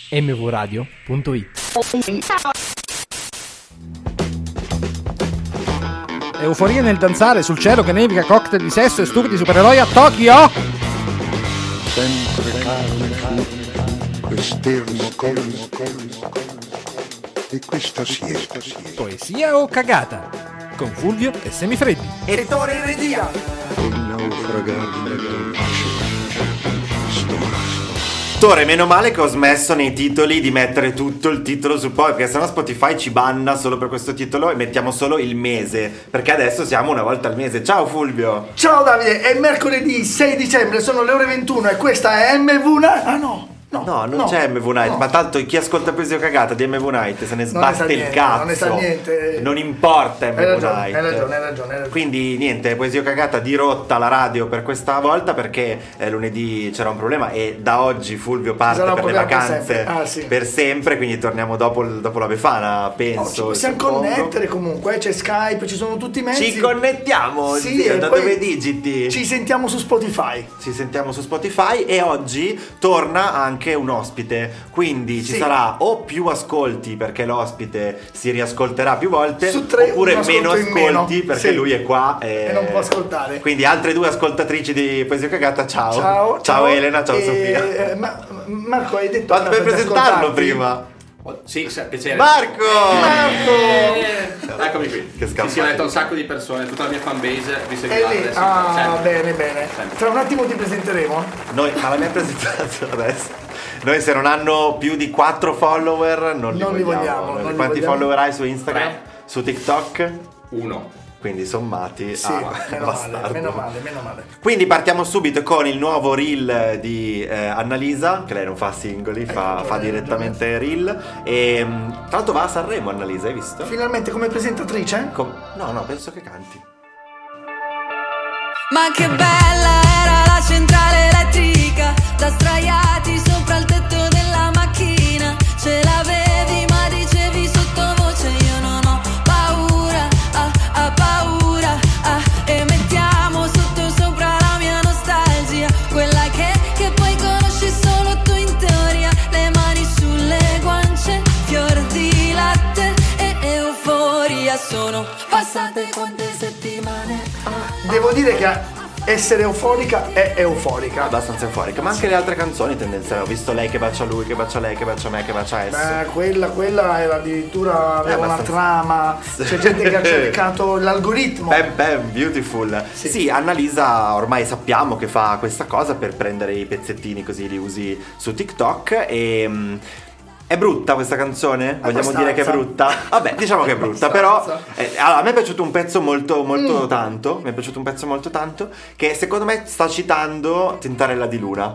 mvradio.it. Euforia nel danzare sul cielo che nevica, cocktail di sesso e stupidi di supereroi a Tokyo. Sempre calmo, quest'ermo colmo, e questa siesta. Poesia o cagata? Con Fulvio e Semifreddi. E Tore in regia. Il naufragare Tore, meno male che ho smesso nei titoli di mettere tutto il titolo sul podcast, perché sennò Spotify ci banna solo per questo titolo e mettiamo solo il mese, perché adesso siamo una volta al mese. Ciao Fulvio. Ciao Davide, è mercoledì 6 dicembre, sono le ore 21 e questa è MV Night. Ah no, non c'è MV Night, ma tanto chi ascolta Poesia o Cagata di MV Night se ne sbatte il cazzo. Non ne sa niente. Non importa MV Night. Hai ragione. Quindi niente, Poesia o Cagata dirotta la radio per questa volta perché lunedì c'era un problema e da oggi Fulvio parte per le vacanze per sempre, quindi torniamo dopo la Befana, penso. Ci possiamo connettere comunque, c'è Skype, ci sono tutti i mezzi. Ci connettiamo, sì, zio, da dove digiti? Ci sentiamo su Spotify. E oggi torna anche un ospite, quindi ci sarà o più ascolti perché l'ospite si riascolterà più volte, su 3, oppure meno ascolti perché lui è qua e non può ascoltare. Quindi altre 2 ascoltatrici di Poesia o Cagata, ciao Elena, ciao Sofia. Marco, hai detto ma devi presentarlo prima. Sì, piacere. Marco! Eccomi qui. Che scappato. Si è letto un sacco di persone, tutta la mia fanbase vi seguirà. Bene. Tra un attimo ti presenteremo. Ma l'abbiamo presentato adesso. Noi se non hanno più di 4 follower non li vogliamo. Quanti follower hai su Instagram? 3. Su TikTok? 1. Quindi sommati meno male. Quindi partiamo subito con il nuovo reel di Annalisa, che lei non fa singoli, fa direttamente reel. E tra l'altro va a Sanremo Annalisa, hai visto? Finalmente come presentatrice? No, penso che canti. Ma che bella era la centrale elettrica, da sdraiati sopra il tetto della macchina. Ce l'avevi ma dicevi sottovoce io non ho paura, paura, e mettiamo sotto sopra la mia nostalgia, quella che poi conosci solo tu in teoria. Le mani sulle guance, fior di latte e euforia. Sono passate quante settimane. Devo dire che essere euforica è euforica. Abbastanza euforica, ma anche le altre canzoni tendenzialmente. Ho visto lei che bacia lui, che bacia lei, che bacia me, che bacia esso. Quella era addirittura aveva una trama. C'è gente che ha cercato l'algoritmo. Beautiful. Sì, Annalisa ormai sappiamo che fa questa cosa per prendere i pezzettini così li usi su TikTok e è brutta questa canzone? Vogliamo dire che è brutta? Vabbè, diciamo che è brutta, però allora, a me è piaciuto un pezzo molto tanto. Mi è piaciuto un pezzo molto tanto che secondo me sta citando Tintarella di Luna.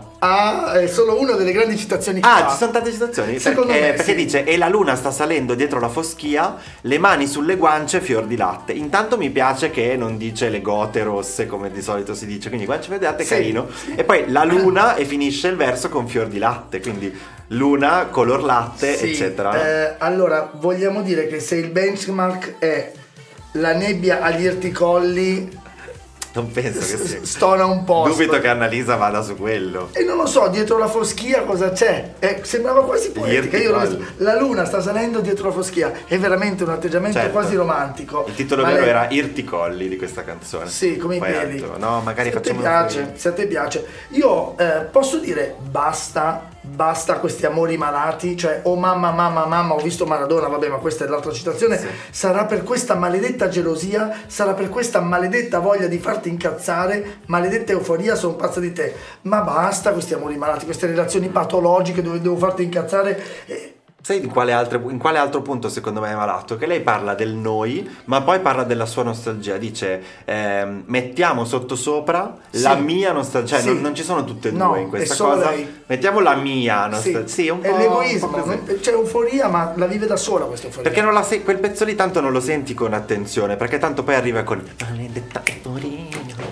È solo una delle grandi citazioni che ci sono tante citazioni. Secondo me perché dice: e la luna sta salendo dietro la foschia, le mani sulle guance, fior di latte. Intanto mi piace che non dice le gote rosse come di solito si dice, quindi guance fior di latte è carino. E poi la luna e finisce il verso con fior di latte, quindi luna, color latte, eccetera. Allora, vogliamo dire che se il benchmark è la nebbia agli erticolli, non penso che sia. Stona un po'. Dubito che Annalisa vada su quello. E non lo so, dietro la foschia cosa c'è? Sembrava quasi poetica. La luna sta salendo dietro la foschia. È veramente un atteggiamento quasi romantico. Il titolo vero era Irticolli di questa canzone. Sì, come i piedi. No, magari facciamo se a te piace. Io posso dire basta questi amori malati, cioè mamma, ho visto Maradona, vabbè, ma questa è l'altra citazione. Sarà per questa maledetta gelosia, sarà per questa maledetta voglia di farti incazzare, maledetta euforia, sono pazza di te. Ma basta questi amori malati, queste relazioni patologiche dove devo farti incazzare. Sai in quale altro punto secondo me è malato? Che lei parla del noi, ma poi parla della sua nostalgia. Dice mettiamo sottosopra la mia nostalgia. Cioè non ci sono tutte e due in questa cosa. Mettiamo la mia nostalgia. Sì, un po'. È l'egoismo. C'è euforia, ma la vive da sola questa euforia. Perché non quel pezzo lì tanto non lo senti con attenzione. Perché tanto poi arriva con maledetta euforia.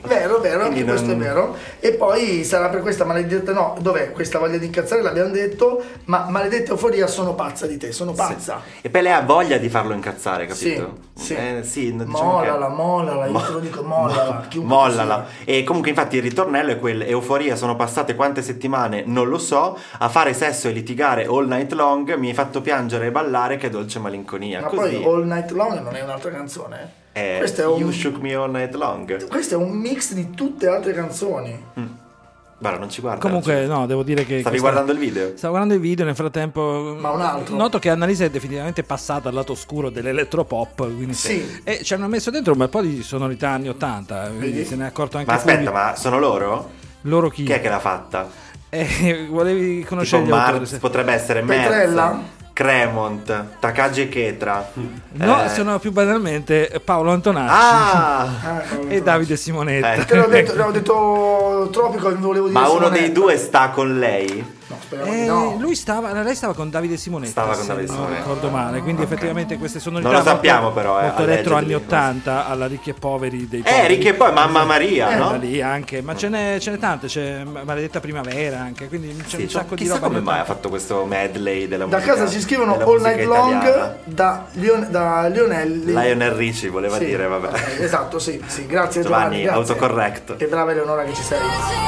Vero, anche Quindi questo è non- vero. E poi sarà per questa maledetta, no, dov'è questa voglia di incazzare, l'abbiamo detto, ma maledetta euforia, sono pazza di te, sono pazza. E poi lei ha voglia di farlo incazzare, capito? Sì. Sì, diciamo che- Mollala, io te lo dico, mollala. chiunque Mollala. sia. E comunque infatti il ritornello è quel euforia, sono passate quante settimane, non lo so, a fare sesso e litigare all night long, mi hai fatto piangere e ballare, che dolce malinconia. Ma Così poi All Night Long non è un'altra canzone. Questo è You un, Shook Me All Night Long. questo è un mix di tutte le altre canzoni. Guarda, non ci guarda. Comunque, no, devo dire che. Stavi guardando il video? Stavo guardando il video, nel frattempo. Ma un altro. Noto che Annalisa è definitivamente passata al lato oscuro dell'elettropop. Quindi Sì. E ci hanno messo dentro un bel po' di sonorità anni 80. Quindi Vedi? se ne è accorto anche Ma aspetta, Fulvio. ma sono loro? Loro chi? Chi è che l'ha fatta? Volevi Tipo conoscere gli autori? Marx, potrebbe essere Petrella? Merz, Cremont, Takagi e Chetra. No, sono più banalmente Paolo Antonacci Ah! e Davide Simonetta. Te l'avevo detto Tropico, volevo dire Ma uno Simonetta. dei due sta con lei? No, speriamo di no. Lei stava con Davide Simonetta. Stava con se Davide non Simonetta. ricordo male. Quindi effettivamente queste sonorità Non lo sappiamo, però, molto retro anni allegedly. 80 alla Ricchi e Poveri dei poveri. Ricchi e poi Mamma Maria, Da no? lì anche, ma ce n'è tante, c'è Maledetta Primavera anche, quindi c'è Sì, un sacco di chissà roba. come anni mai ha 80. fatto questo medley della Da musica. casa ci scrivono della All musica Night Long italiana. da Lionelli. Lionel Richie voleva Sì. dire, vabbè. Esatto, sì, grazie Giovanni, grazie. autocorrect. Che brava Eleonora che ci sei.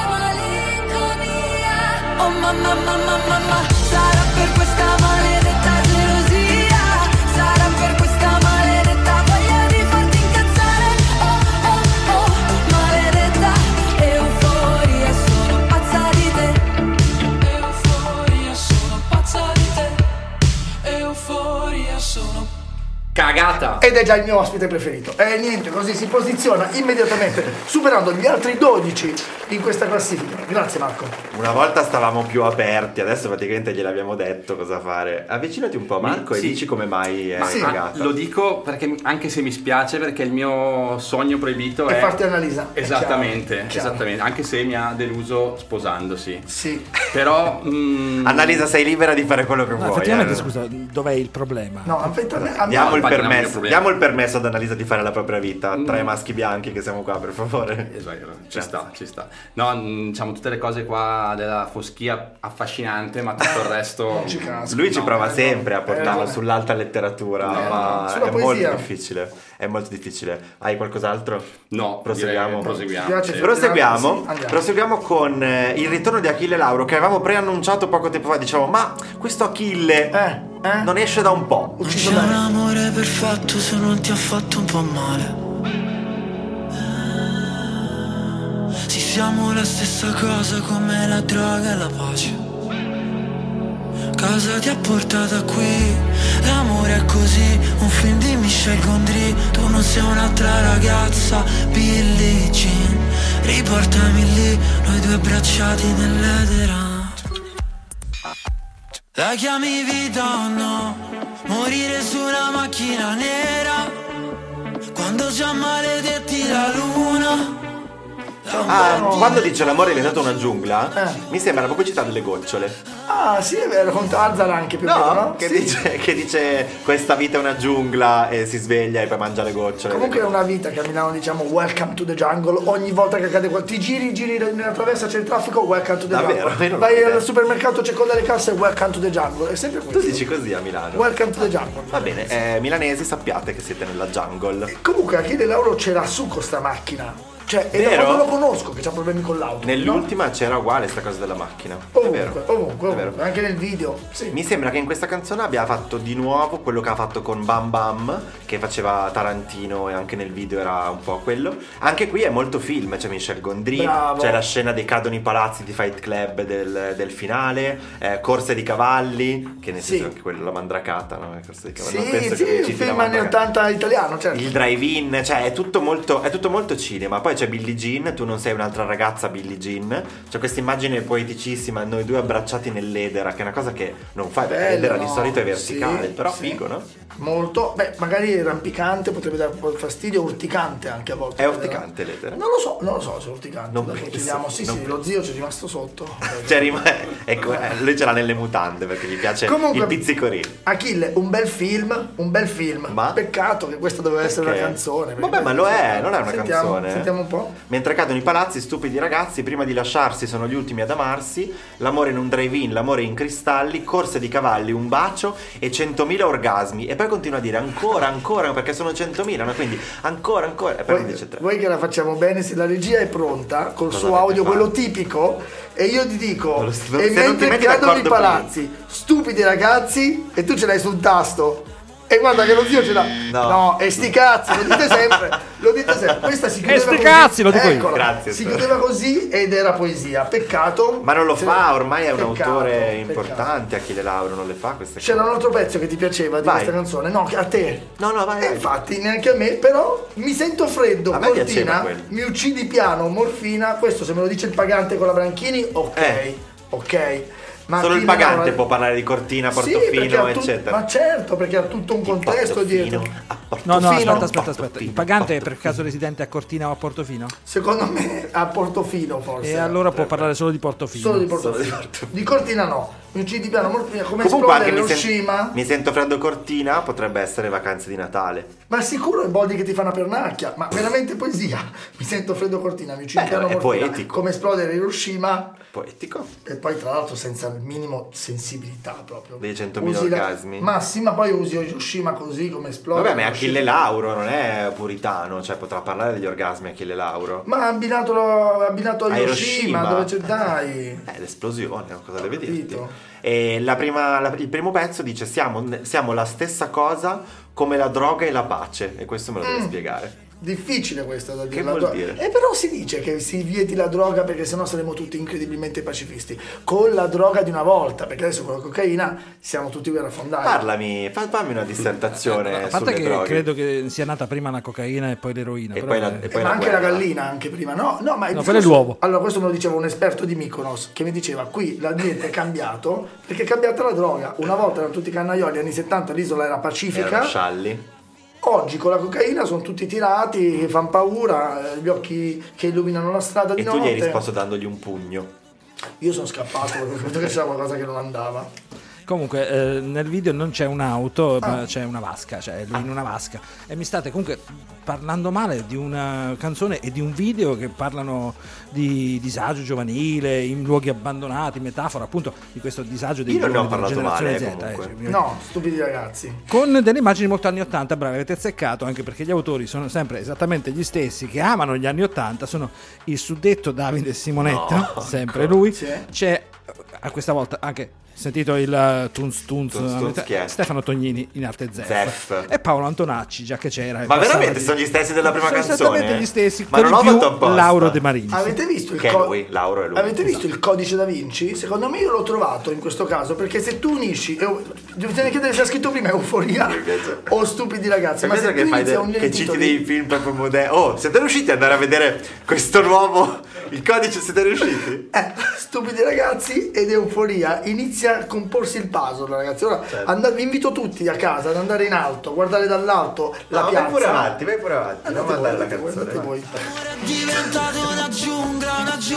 Oh mamma, mamma, mamma, sarà per questa maledetta gelosia, sarà per questa maledetta voglia di farti incazzare. Oh, oh, oh, maledetta euforia, sono pazza di te. Euforia, sono pazza di te. Euforia, sono Cagata. Ed è già il mio ospite preferito. E niente, così si posiziona immediatamente, superando gli altri 12 in questa classifica. Grazie Marco. Una volta stavamo più aperti, adesso praticamente gliel'abbiamo detto cosa fare. Avvicinati un po', Marco, Sì. e dici come mai è Ma cagata. lo dico perché anche se mi spiace, perché il mio sogno proibito E è farti Annalisa. È Esattamente, chiaro. esattamente, anche se mi ha deluso sposandosi. Sì. Però Annalisa, sei libera di fare quello che No, vuoi. effettivamente, scusa, dov'è il problema? No, aspetta, Diamo il infatti non è un permesso, problema. diamo il permesso ad Annalisa di fare la propria vita. Tra i maschi bianchi che siamo qua, per favore. Esatto, ci sta. No, diciamo tutte le cose qua della foschia affascinante, ma tutto il resto ci casco. Lui ci no, prova no, sempre a portarlo ragione. sull'alta letteratura, ma sulla è poesia. molto difficile. È molto difficile. Hai qualcos'altro? No, proseguiamo. direi proseguiamo. Mi piace. sì. Proseguiamo, Sì, andiamo. proseguiamo con il ritorno di Achille Lauro che avevamo preannunciato poco tempo fa. Diciamo, ma questo Achille non esce da un po'. Ucciso C'è un bene. amore perfetto se non ti ha fatto un po' male. Sì, siamo la stessa cosa come la droga e la pace. Cosa ti ha portato qui? L'amore è così, un film di Michel Gondry. Tu non sei un'altra ragazza, Billie Jean. Riportami lì, noi due abbracciati nell'edera. La chiami vita o no? Morire su una macchina nera quando già maledetti la luna. Quando dice l'amore è diventato una giungla, mi sembra la pubblicità delle gocciole. Ah, sì, è vero, con Tarzan anche più o meno, no? Che, Sì. che dice questa vita è una giungla e si sveglia e poi mangia le gocciole. Comunque è una vita che a Milano diciamo welcome to the jungle. Ogni volta che accade ti giri nella traversa, c'è il traffico, welcome to the Davvero? jungle. Io non Vai l'ho al detto. supermercato, c'è coda alle casse, welcome to the jungle. È sempre Tu questo. dici così a Milano. Welcome to the jungle. Va bene, milanesi, sappiate che siete nella jungle. Comunque Achille Lauro c'era su con sta macchina. Cioè, è da Vero? quando lo conosco che c'ha problemi con l'auto. Nell'ultima c'era uguale sta cosa della macchina. Ovunque, è vero. ovunque, È vero. ovunque, anche nel video. Sì. Mi sembra che in questa canzone abbia fatto di nuovo quello che ha fatto con Bam Bam, che faceva Tarantino e anche nel video era un po' quello. Anche qui è molto film, c'è Michel Gondry, Bravo. c'è la scena dei cadono i palazzi di Fight Club del finale, corse di cavalli, che nel Sì. senso anche quello, la mandracata, no? Corse di cavalli. Non Sì, penso sì, che un citi film la anni mandracata. 80 italiano, certo. Il drive-in, cioè è tutto molto cinema. Poi c'è Billie Jean, tu non sei un'altra ragazza Billie Jean. C'è questa immagine poeticissima, noi due abbracciati nell'edera, che è una cosa che non fai perché Bello, l'edera di no? solito è verticale, Sì, però sì. figo, no? Molto, beh, magari rampicante, potrebbe dare un po' fastidio, urticante anche a volte. È urticante l'edera? Non lo so se è urticante. Non Dopo penso, chiediamo, sì, non sì, lo zio ci è rimasto sotto. Cioè, ecco, lui ce l'ha nelle mutande perché gli piace Comunque, il pizzicorino. Achille, un bel film. Ma? Peccato che questa doveva essere Perché? una canzone. perché Vabbè, ma lo è, non è una Sentiamo, canzone. Sentiamo un po'. Mentre cadono i palazzi, stupidi ragazzi, prima di lasciarsi sono gli ultimi ad amarsi, l'amore in un drive-in, l'amore in cristalli, corse di cavalli, un bacio e 100.000 orgasmi. E poi continua a dire ancora, perché sono 100.000, no? Quindi ancora, e poi dice 3. Voi che la facciamo bene, se la regia è pronta, col suo dovete audio, fare? quello tipico, e io ti dico, se non mentre ti metti cadono i d'accordo palazzi, stupidi ragazzi, e tu ce l'hai sul tasto. E guarda che lo zio ce l'ha. No, e sti cazzi, lo dite sempre. Questa si chiudeva sti così. cazzi, lo dico io. Eccola, Grazie, si Sara. chiudeva così ed era poesia. Peccato. Ma non lo Se- fa, ormai è un peccato, autore peccato. importante, Achille Lauro non le fa queste cose. C'era un altro pezzo che ti piaceva di Vai. questa canzone? No, a te. No, vai. Infatti neanche a me, però mi sento freddo. A me piaceva Cortina, quello. mi uccidi piano, morfina. Questo se me lo dice il pagante con la Branchini, ok. Ma Solo il Achille pagante Lauro- può parlare di Cortina, Sì, perché Portofino, ha eccetera. Ma certo, perché ha tutto un contesto dietro. No, Portofino? aspetta. Il pagante è per caso residente a Cortina o a Portofino? Secondo me a Portofino forse. E allora può parlare solo di Portofino. Solo di Portofino. Di Cortina no. Mi uccidi piano, morfina. Come Comunque esplode anche Hiroshima. mi sento freddo Cortina potrebbe essere vacanze di Natale. Ma sicuro i boldi che ti fanno pernacchia. Ma veramente poesia. Mi sento freddo Cortina, mi uccidi piano, è morfina. poetico. Come esplodere Hiroshima. Poetico. E poi tra l'altro senza il minimo sensibilità proprio. Dei 100.000 Usi la- orgasmi. Ma sì, ma poi usi Hiroshima così come esplode. Vabbè, ma è Achille Lauro, non è puritano, cioè potrà parlare degli orgasmi Achille Lauro. Ma ha abbinato a A Hiroshima, Hiroshima. dove c'è dai. L'esplosione, cosa deve dirti? Capito. E il primo pezzo dice siamo la stessa cosa come la droga e la pace. E questo me lo deve spiegare. Difficile questa da dire. Che vuol dire? Però si dice che si vieti la droga perché sennò saremo tutti incredibilmente pacifisti. Con la droga di una volta, perché adesso con la cocaina siamo tutti guerrafondati. Fammi una dissertazione A parte sulle che droghe. credo che sia nata prima la cocaina e poi l'eroina. E però poi vabbè. Ma anche guerra. la gallina anche prima, no? No, ma il No, quello è discorso- l'uovo. Allora, questo me lo diceva un esperto di Mykonos che mi diceva: qui l'ambiente è cambiato perché è cambiata la droga. Una volta erano tutti cannaioli, anni 70 l'isola era pacifica. Erano scialli. Oggi con la cocaina sono tutti tirati, fanno paura, gli occhi che illuminano la strada di E tu notte. gli hai risposto dandogli un pugno. Io sono scappato perché ho detto che c'era qualcosa che non andava. Comunque nel video non c'è un'auto, ma c'è una vasca, cioè lui in una vasca. E mi state comunque parlando male di una canzone e di un video che parlano di disagio giovanile, in luoghi abbandonati, metafora appunto di questo disagio dei Io non ne ho giovani della parlato generazione male, Z. comunque. No, stupidi ragazzi. Con delle immagini molto anni 80, bravi, avete azzeccato, anche perché gli autori sono sempre esattamente gli stessi che amano gli anni 80, sono il suddetto Davide Simonetta, sempre lui, Sì. c'è a questa volta anche sentito il Tunz Tunz, chi è? Stefano Tognini in arte Zeff Zeff. e Paolo Antonacci, già che c'era. Ma veramente sono gli stessi della prima sono canzone? esattamente gli stessi, Ma con non in l'ho più fatto apposta. Lauro De Marini. Avete visto il Che è lui, Lauro è lui. Avete visto il codice da Vinci? Secondo me io l'ho trovato in questo caso perché se tu unisci, bisogna chiedere se ha scritto prima Euforia o Stupidi ragazzi, ma se tu inizi a unire che i citi titoli- dei film proprio moderni. Oh, siete riusciti ad andare a vedere questo nuovo il codice? Siete riusciti? Stupidi ragazzi ed Euforia inizia a comporsi il puzzle, ragazzi. Ora Certo. vi invito tutti a casa ad andare in alto, guardare dall'alto la No, piazza. vai pure avanti, non mandare la canzone. Guardate vai. voi. È diventato una giungla,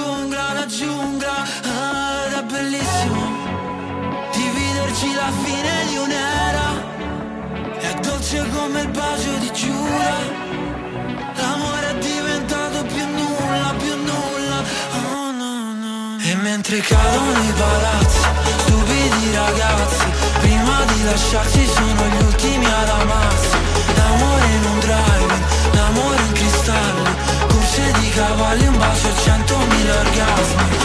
ed è bellissimo dividerci la fine di un'era, è dolce come il bacio di Giura, l'amore è diventato più nulla, oh no no. E mentre cadono i palazzi, stupidi ragazzi, prima di lasciarsi sono gli ultimi ad amarsi, l'amore in un drive, l'amore in cristalli, corse di cavalli, un bacio e 100.000 orgasmi.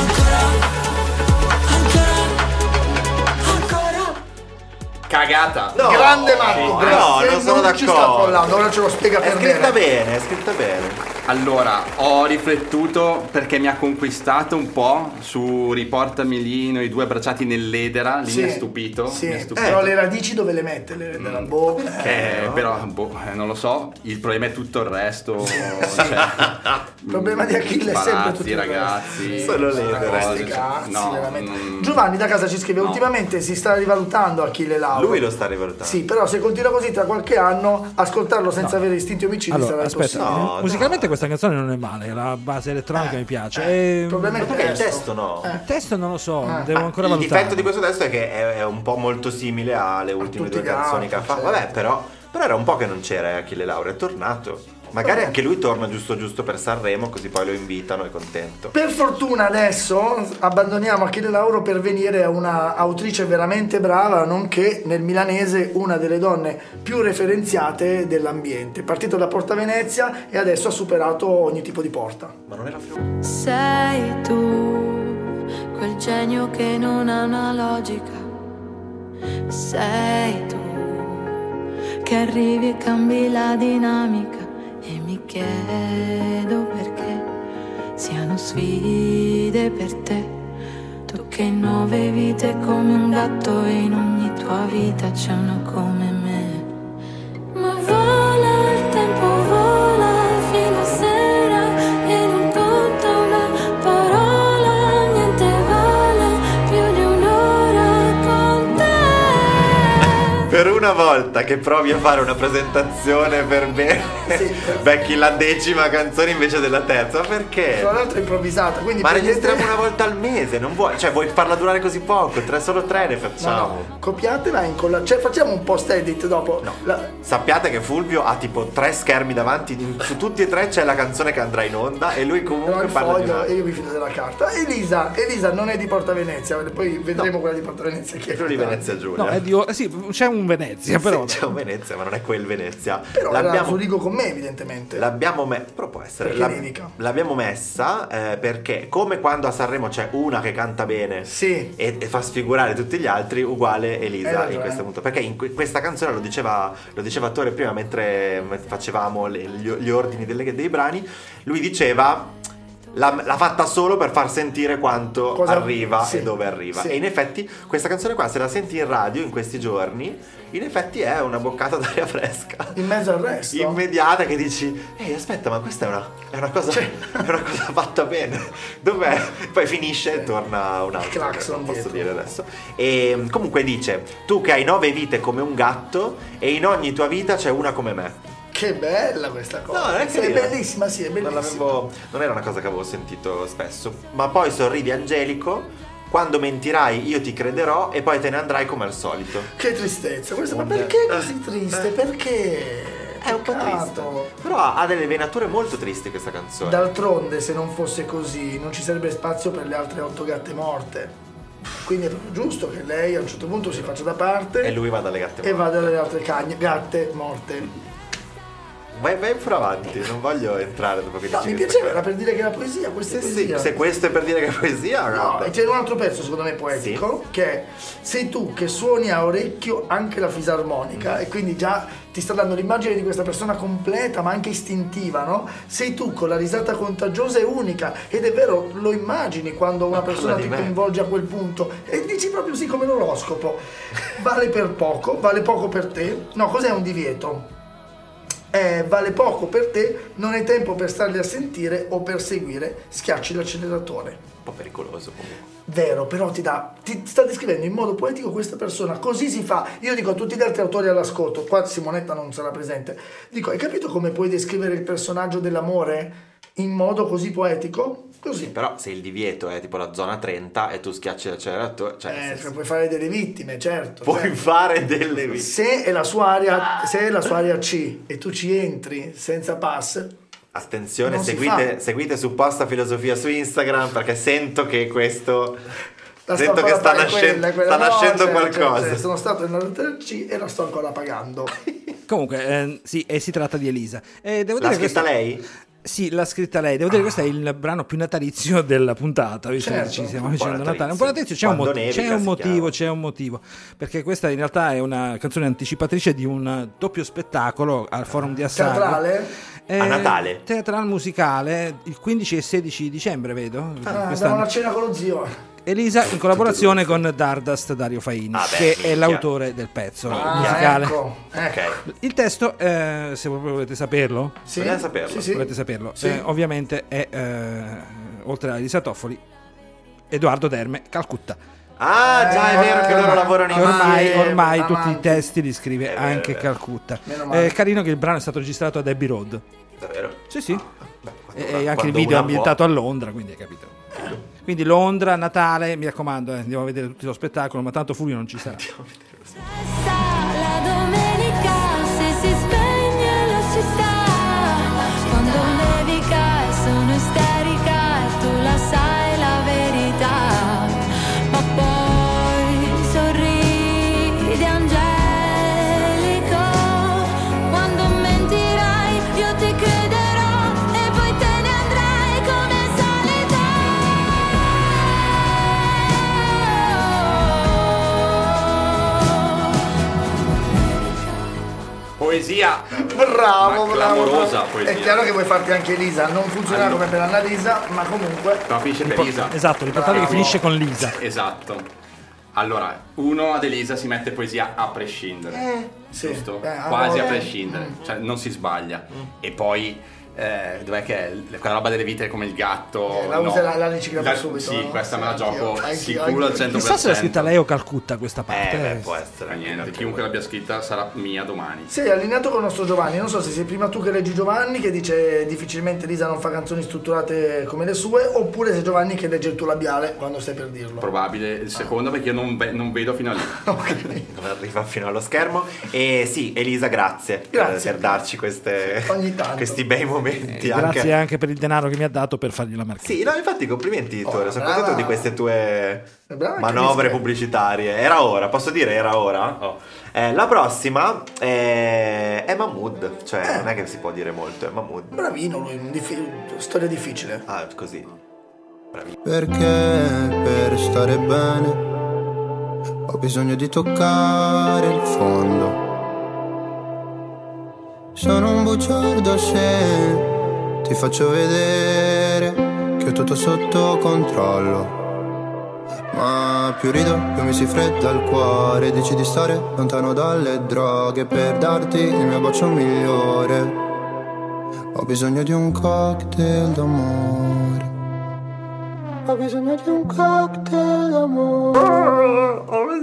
Ancora Cagata. No, Grande Marco, grazie. No, non sono ci sta d'accordo. crollando, ora ce lo spiega È per scritta bene. bene, è scritta bene. Allora, ho riflettuto perché mi ha conquistato un po' su Riportami lì, noi due abbracciati nell'edera, lì Sì, mi ha stupito. sì, mi ha stupito. però le radici dove le mette? Della bocca? Però, non lo so, il problema è tutto il resto. Cioè, Il problema di Achille è sempre palazzi, tutto il resto. ragazzi, Sì, solo le cose, questi cazzi, no, veramente. mm, Giovanni da casa ci scrive: no. ultimamente si sta rivalutando Achille Lauro. Lui lo sta rivalutando. Sì, però se continua così tra qualche anno ascoltarlo senza avere istinti omicidi Allora, sarà aspetta, impossibile. No, musicalmente questa canzone non è male, la base elettronica mi piace. Il problema è Ma il perché il testo. testo no? Il testo non lo so, devo ancora Il valutare. difetto di questo testo è che è un po' molto simile alle ultime tutti due gli canzoni altri, che ha fatto. certo. Vabbè, però era un po' che non c'era Achille Lauro, è tornato. Magari anche lui torna giusto per Sanremo, così poi lo invitano, è contento. Per fortuna adesso abbandoniamo Achille Lauro per venire a una autrice veramente brava, nonché nel milanese una delle donne più referenziate dell'ambiente. Partito da Porta Venezia e adesso ha superato ogni tipo di porta. Ma non era più... Sei tu, quel genio che non ha una logica. Sei tu, che arrivi e cambi la dinamica. E mi chiedo perché siano sfide per te. Tu che in 9 vite come un gatto e in ogni tua vita c'è una come me. Ma vola il tempo, vola fino a sera e non conta una parola, niente vale più di un'ora con te. Per una volta che provi a fare una presentazione per me, becchi la 10ª canzone invece della terza, ma perché? Tra l'altro improvvisata, quindi Ma registriamo una volta al mese, non vuoi? Cioè vuoi farla durare così poco? Solo 3 ne facciamo. No, copiatela, cioè facciamo un post edit dopo. No. Sappiate che Fulvio ha tipo 3 schermi davanti, su tutti e 3 c'è la canzone che andrà in onda e lui comunque il parla di foglio una... e io mi fido della carta. Elisa non è di Porta Venezia, poi vedremo quella di Porta Venezia chi è. Quello di Venezia Giulia. No, è di... sì, c'è un Venezia, però. Sì, c'è un Venezia, ma non è quel Venezia. Però era Zurigo con me, evidentemente. Però può essere. L'abbiamo messa perché come quando a Sanremo c'è una che canta bene e fa sfigurare tutti gli altri, uguale Elisa in questo punto. Perché in questa canzone lo diceva Tore prima mentre facevamo gli ordini dei brani, lui diceva l'ha fatta solo per far sentire quanto arriva e dove arriva. E in effetti questa canzone qua, se la senti in radio in questi giorni, in effetti è una boccata d'aria fresca in mezzo al resto, immediata, che dici aspetta, ma questa è una cosa è una cosa fatta bene, dov'è? Poi finisce e torna un altro che non posso dire adesso. E comunque dice: tu che hai 9 vite come un gatto e in ogni tua vita c'è una come me. Che bella questa cosa. No, è bellissima, sì, è bellissima. Non era una cosa che avevo sentito spesso. Ma poi sorridi angelico, quando mentirai io ti crederò e poi te ne andrai come al solito. Che tristezza questa, ma perché così triste? Perché? È un po' triste. Però ha delle venature molto tristi questa canzone. D'altronde, se non fosse così, non ci sarebbe spazio per le altre 8 gatte morte. Quindi è proprio giusto che lei a un certo punto si faccia da parte e lui vada alle gatte morte. E vada alle altre gatte morte. Vai pure avanti, non voglio entrare dopo che no, mi piaceva, era per dire che era poesia, questa è poesia. Se questo è per dire che è poesia, no, e c'è un altro pezzo secondo me poetico, che è: sei tu che suoni a orecchio anche la fisarmonica, e quindi già ti sta dando l'immagine di questa persona completa ma anche istintiva, no? Sei tu con la risata contagiosa e unica, ed è vero, lo immagini quando una persona ti coinvolge a quel punto e dici proprio sì, come l'oroscopo. Vale poco per te. No, cos'è un divieto? Vale poco per te, non hai tempo per starli a sentire o per seguire, schiacci l'acceleratore. Un po' pericoloso comunque. Vero, però ti sta descrivendo in modo poetico questa persona, così si fa. Io dico a tutti gli altri autori all'ascolto, qua Simonetta non sarà presente, dico: hai capito come puoi descrivere il personaggio dell'amore in modo così poetico? Così. Sì, però se il divieto è tipo la zona 30 e tu schiacci l'acceleratore, puoi fare delle vittime, certo. Puoi fare delle vittime. Se è la sua area C e tu ci entri senza pass. Attenzione, seguite Supposta Filosofia su Instagram, perché sento che questo sta nascendo qualcosa. Sono stato nella lettera C e la sto ancora pagando. Comunque sì, e si tratta di Elisa. L'ha scritta lei? Sì, l'ha scritta lei. Devo dire che questo è il brano più natalizio della puntata, visto che ci stiamo avvicinando a Natale. Un po' natalizio, c'è un motivo. Perché questa in realtà è una canzone anticipatrice di un doppio spettacolo al Forum di Assago. Teatrale? A Natale? Teatrale musicale, il 15 e 16 dicembre, vedo. Andiamo alla cena con lo zio. Elisa in collaborazione con Dardust Dario Faini, che è l'autore del pezzo musicale. Ecco. Il testo, se proprio volete saperlo, volete saperlo. Sì. Volete saperlo. Ovviamente è oltre a Elisa Toffoli, Edoardo Derme, Calcutta. Ah, già, è vero che loro lavorano ormai tutti i testi li scrive anche Calcutta. È carino che il brano è stato registrato ad Abbey Road. Davvero? Sì. E anche il video è ambientato a Londra, quindi hai capito. Quindi Londra, Natale, mi raccomando, andiamo a vedere tutto lo spettacolo, ma tanto Fulvio non ci sarà. La domenica se si spegne la città, poesia. Bravo, Ma bravo. clamorosa poesia. È chiaro che vuoi farti anche Elisa, non funzionerà Allora. come per Annalisa, ma comunque. No, finisce per Elisa. Esatto, l'importante è che finisce con Lisa. Esatto. Allora, uno ad Elisa si mette poesia a prescindere. Sì. Giusto? Beh, Quasi a allora- prescindere, cioè non si sbaglia. E poi dov'è che è? Quella roba delle vite come il gatto. La usa la ricicla subito, Sì, no? questa me la Sì, gioco anch'io, sicuro al 100%. Chissà se l'ha scritta lei o Calcutta questa parte. Può essere. Ma niente, chiunque l'abbia scritta sarà mia domani. Sei allineato con il nostro Giovanni, non so se sei prima tu che leggi Giovanni che dice difficilmente Lisa non fa canzoni strutturate come le sue, oppure sei Giovanni che legge il tuo labiale quando stai per dirlo. Probabile il secondo perché io non vedo fino a lì. Non arriva fino allo schermo. E sì, Elisa, grazie, Grazie. per darci Ogni tanto. questi bei momenti. Grazie anche per il denaro che mi ha dato per fargli la marchetta. Sì, no, infatti complimenti Ettore, sono brava. contento di queste tue Brava anche manovre Lisbeth. pubblicitarie. Era ora, posso dire era ora? La prossima è Mahmood, cioè non è che si può dire molto, è Mahmood. Bravino lui, storia difficile. Ah, così. Perché per stare bene ho bisogno di toccare il fondo. Sono un bugiardo se ti faccio vedere che ho tutto sotto controllo. Ma più rido, più mi si fredda il cuore. Dici di stare lontano dalle droghe per darti il mio bacio migliore. Ho bisogno di un cocktail d'amore. Ho bisogno di un cocktail d'amore.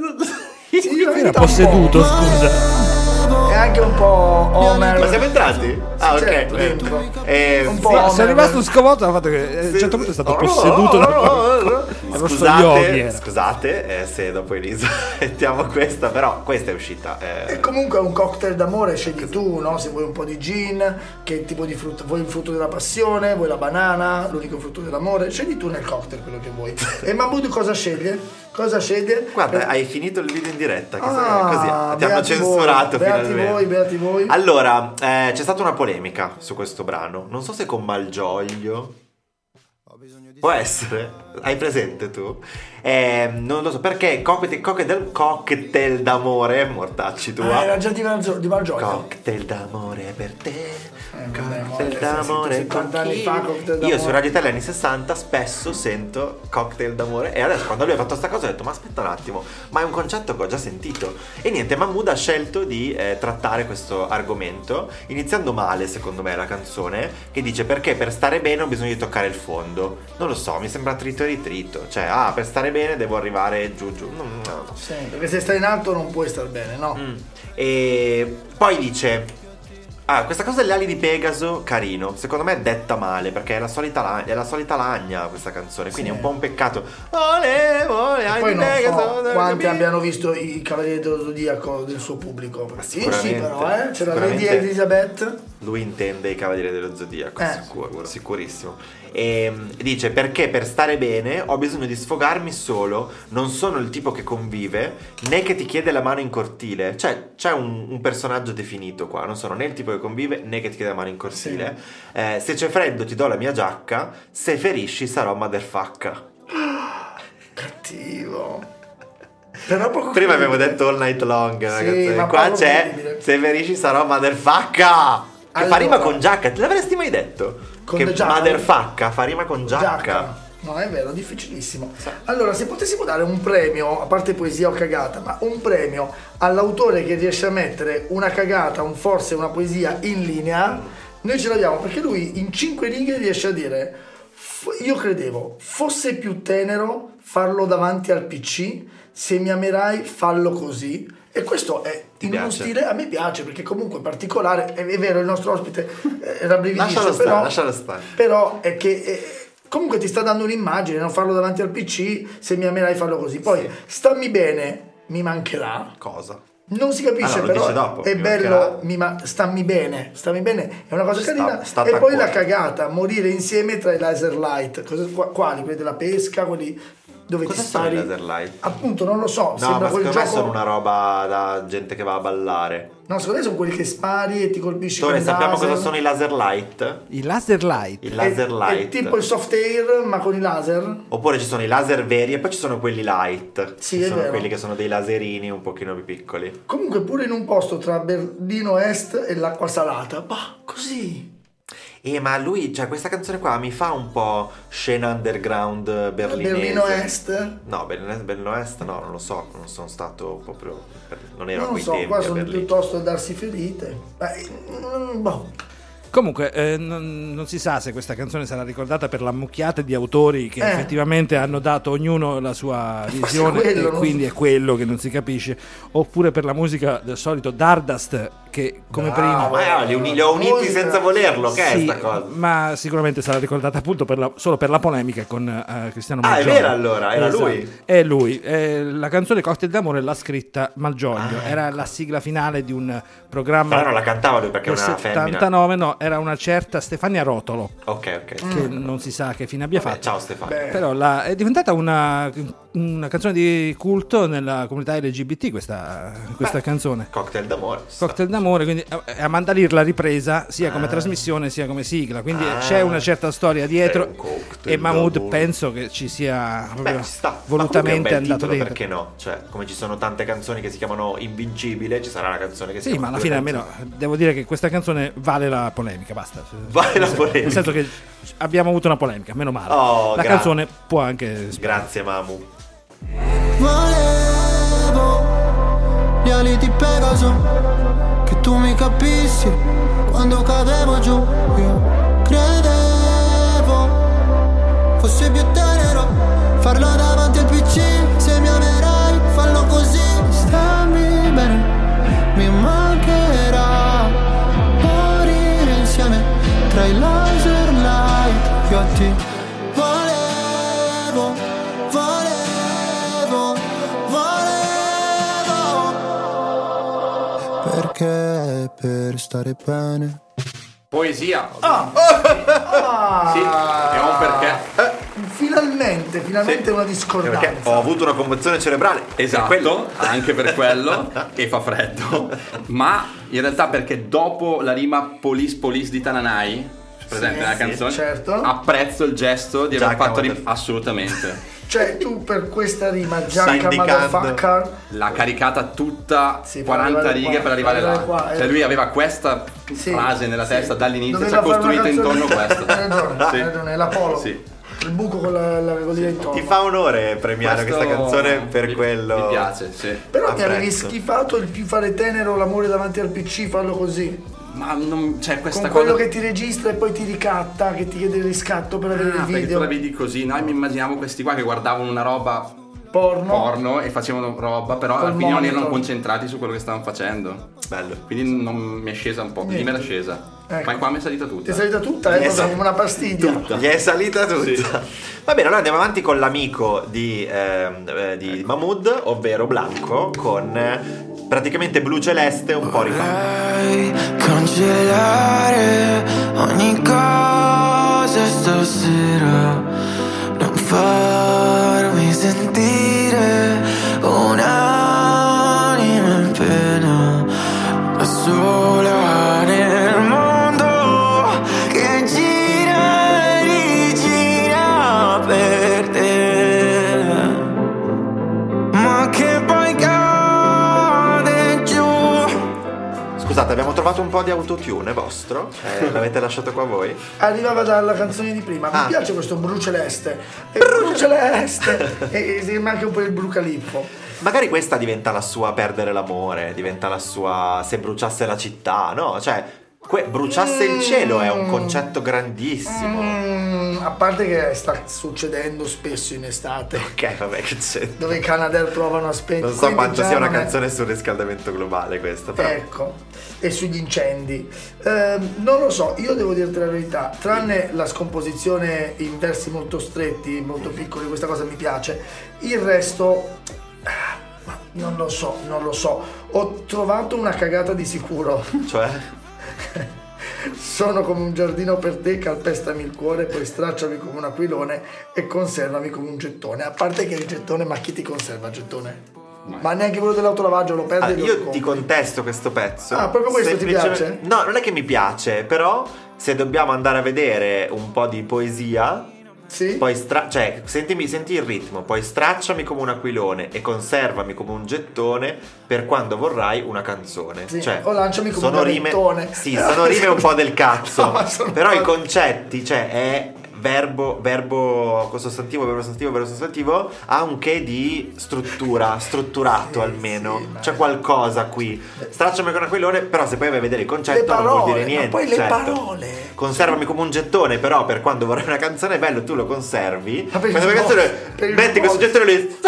Era posseduto, scusa. È anche un po' Homer. Ma siamo entrati? Ah, ok. certo, dentro. Un po' Ma Homer. sono rimasto sconvolto dal fatto che a un certo punto è stato posseduto da questo yogi era. Scusate se dopo Elisa mettiamo questa, però questa è uscita. E comunque è un cocktail d'amore, scegli tu, no? Se vuoi un po' di gin, che tipo di frutto, vuoi il frutto della passione, vuoi la banana, l'unico frutto dell'amore, scegli tu nel cocktail quello che vuoi. E Mahmood cosa sceglie? Cosa sceglie? Guarda, hai finito il video in diretta, così ti hanno beati censurato voi, finalmente. beati voi. Allora, c'è stata una polemica su questo brano, non so se con Malgioglio. Può essere, hai presente tu? Non lo so perché cocktail d'amore, mortacci tua. Era già di Malgioglio. Cocktail d'amore per te. Vabbè, Cocktail mo, d'amore 50 con anni chi? fa, cocktail Io d'amore. su Radio Italia anni 60 spesso sento cocktail d'amore e adesso quando lui ha fatto sta cosa ho detto ma aspetta un attimo, ma è un concetto che ho già sentito. E niente, Mahmood ha scelto di trattare questo argomento iniziando male secondo me la canzone, che dice perché per stare bene ho bisogno di toccare il fondo. Non lo so, mi sembra trito e ritrito, cioè per stare bene devo arrivare giù. No. Sì, perché se stai in alto non puoi star bene, no? E poi dice questa cosa delle ali di Pegaso, carino. Secondo me è detta male perché è la solita lagna questa canzone. Quindi è un po' un peccato. Ali Poi di non Pegaso, so quanti capito? abbiano visto i Cavalieri dello Zodiaco del suo pubblico. Sì, però, c'era Lady sicuramente. Elizabeth. Lui intende i Cavalieri dello Zodiaco, Sicuro. sicurissimo. E dice perché per stare bene ho bisogno di sfogarmi solo, non sono il tipo che convive né che ti chiede la mano in cortile. Cioè c'è un personaggio definito qua, non sono né il tipo che convive né che ti chiede la mano in cortile. Se c'è freddo ti do la mia giacca, se ferisci sarò motherfucker. Cattivo. Però poco Prima credibile. avevo detto all night long, ragazzi. ma Qua poco c'è credibile. se ferisci sarò motherfucker. Che fa Allora. rima con giacca, te l'avresti mai detto? Con che le giacche? motherfucker fa rima con giacca. No, è vero, difficilissimo. Allora, se potessimo dare un premio, a parte poesia o cagata, ma un premio all'autore che riesce a mettere una cagata, un forse una poesia in linea, noi ce l'abbiamo perché lui in 5 righe riesce a dire io credevo fosse più tenero farlo davanti al PC, se mi amerai fallo così. E questo è Ti in uno piace? stile, a me piace perché comunque è particolare, è vero, il nostro ospite rabbrividisce, Lascialo stare. però è che comunque ti sta dando un'immagine, non farlo davanti al PC, se mi amerai farlo così. Poi stammi bene, mi mancherà. Cosa? Non si capisce, Ah, no, lo però dice dopo, è mi bello, mancherà. stammi bene è una cosa carina. sta E poi a la cuore. cagata, morire insieme tra i laser light. Quali? Quelli della pesca, quelli dove Cosa ti sono i spari. laser light? Appunto, non lo so, No, sembra ma quel secondo me gioco. sono una roba da gente che va a ballare. No, secondo me sono quelli che spari e ti colpisci Tore, con sappiamo laser. cosa sono i laser light? I laser light. Il laser È light. tipo il soft air, ma con i laser. Oppure ci sono i laser veri e poi ci sono quelli light. Sì, che è sono vero. quelli che sono dei laserini un pochino più piccoli. Comunque pure in un posto tra Berlino Est e l'acqua salata. Bah, così. Ma lui, cioè questa canzone qua mi fa un po' scena underground berlinese. Berlino Est. No, Berlino Est no, non lo so, non sono stato proprio, non ero a Non quei so, tempi qua a sono Berlino. piuttosto a darsi ferite. Boh. Comunque non si sa se questa canzone sarà ricordata per l'ammucchiata di autori che effettivamente hanno dato ognuno la sua visione quello, e no? quindi è quello che non si capisce, oppure per la musica del solito Dardust che come prima Ma li ho uniti Musica. senza volerlo, che Sì, è sta cosa? ma sicuramente sarà ricordata appunto solo per la polemica con Cristiano Ah, è Malgioglio. vero allora, era Esatto. lui? È lui. La canzone Cocktail d'amore l'ha scritta Malgioglio, era la sigla finale di un programma Però non la cantava lui perché è del una femmina. 79, no, era una certa Stefania Rotolo Ok. che non si sa che fine abbia Vabbè, fatto. ciao Stefano. Beh. Però è diventata una canzone di culto nella comunità LGBT questa canzone. Cocktail d'amore. Cocktail d'amore, quindi a Mandalir l'ha ripresa sia come trasmissione sia come sigla, quindi c'è una certa storia È dietro un cocktail e Mahmood d'amore. penso che ci sia proprio Beh, ci sta. volutamente Ma andato comunque è un bel titolo, dentro. perché no? Cioè, come ci sono tante canzoni che si chiamano Invincibile, ci sarà una canzone che si Sì, chiama ma alla due fine canzoni. almeno devo dire che questa canzone vale la polemica, basta. Vale la polemica. Nel senso che abbiamo avuto una polemica, meno male. Oh, la grazie. canzone può anche Grazie Mamu. Volevo gli ali di Pegaso, che tu mi capissi quando cadevo giù. Io credevo fosse più tenero farlo davanti al PC. Se mi amerai, fallo così. Stammi bene, mi mancherà morire insieme tra i laser light. Io a te volevo perché per stare bene. Poesia. Sì, è un perché. Finalmente una discordanza. Perché ho avuto una commozione cerebrale. Esatto, Per quello. anche per quello, e fa freddo. Ma in realtà perché dopo la rima Police Police di Tananai, presente nella canzone, certo. apprezzo il gesto di aver Giacca, fatto mother- assolutamente. Cioè, tu per questa rima, Giacca Sindicando. motherfucker, L'ha caricata tutta Sì, per 40 arrivare righe qua, per arrivare per là. arrivare qua, Cioè lui aveva questa Sì, frase nella testa dall'inizio e ci doveva ha fare una costruito canzone- intorno a questa. Hai ragione, Sì. hai ragione, l'Apollo. Sì. Il buco con la regolina intorno. Ti fa onore premiare Questo questa canzone per mi- quello. Mi piace, sì. Però mi avevi Apprezzo. schifato il più fare tenero l'amore davanti al PC, farlo così. Ma non c'è questa Con cosa. quello che ti registra e poi ti ricatta, che ti chiede il riscatto per avere il Perché tu video. la vedi così, noi mi immaginavo questi qua che guardavano una roba Porno. e facevano roba, però Col alla fine non erano monitor. concentrati su quello che stavano facendo. Bello. Quindi non mi è scesa un po', di me era scesa. Ecco. Ma qua mi è salita Ti tutta. è salita tutta, Gli è proprio come una pastiglia. Gli è salita tutta. Va bene, allora andiamo avanti con l'amico di Mahmood, ovvero Blanco, con praticamente blu celeste un po' rifatto. Vorrei cancellare ogni cosa stasera, non farmi sentire un'anima in pena, da sola nel mondo che gira e rigira per te, ma che poi cade giù. Scusate, abbiamo trovato un po' di autotune vostro? L'avete lasciato qua voi? Arrivava dalla canzone di prima. Mi piace questo blu celeste. E blu celeste. e sembra anche un po' il blu califfo. Magari questa diventa la sua perdere l'amore, diventa la sua se bruciasse la città, no? Cioè, bruciasse il cielo è un concetto grandissimo. A parte che sta succedendo spesso in estate, Ok, vabbè, che c'è. dove i Canadair provano a spegnere. Non so quanto sia una canzone sul riscaldamento globale questa, però. Ecco, e sugli incendi. Non lo so, io devo dirti la verità, tranne la scomposizione in versi molto stretti, molto piccoli, questa cosa mi piace. Il resto, ma non lo so. Ho trovato una cagata di sicuro. Cioè? Sono come un giardino per te, calpestami il cuore, poi stracciami come un aquilone e conservami come un gettone. A parte che il gettone, ma chi ti conserva il gettone? Ma neanche quello dell'autolavaggio lo perdi e lo Io compri. ti contesto questo pezzo. Ah, proprio questo ti piace? No, non è che mi piace, però se dobbiamo andare a vedere un po' di poesia, sì? Poi senti il ritmo, poi stracciami come un aquilone e conservami come un gettone per quando vorrai una canzone. Sì, cioè, o lanciami come sono un rime, gavettone. sì, sono rime un po' del cazzo. No, ma sono però i proprio- concetti, cioè è verbo con sostantivo, ha un che di strutturato almeno. sì, c'è qualcosa qui. Stracciami con un aquilone, però se poi vai a vedere il concetto Le non vuol parole, dire niente. ma poi le certo. parole. Conservami come un gettone, però per quando vorrai una canzone è bello, tu lo conservi. Ma per Quando il una canzone per il metti questo modo. gettone lì,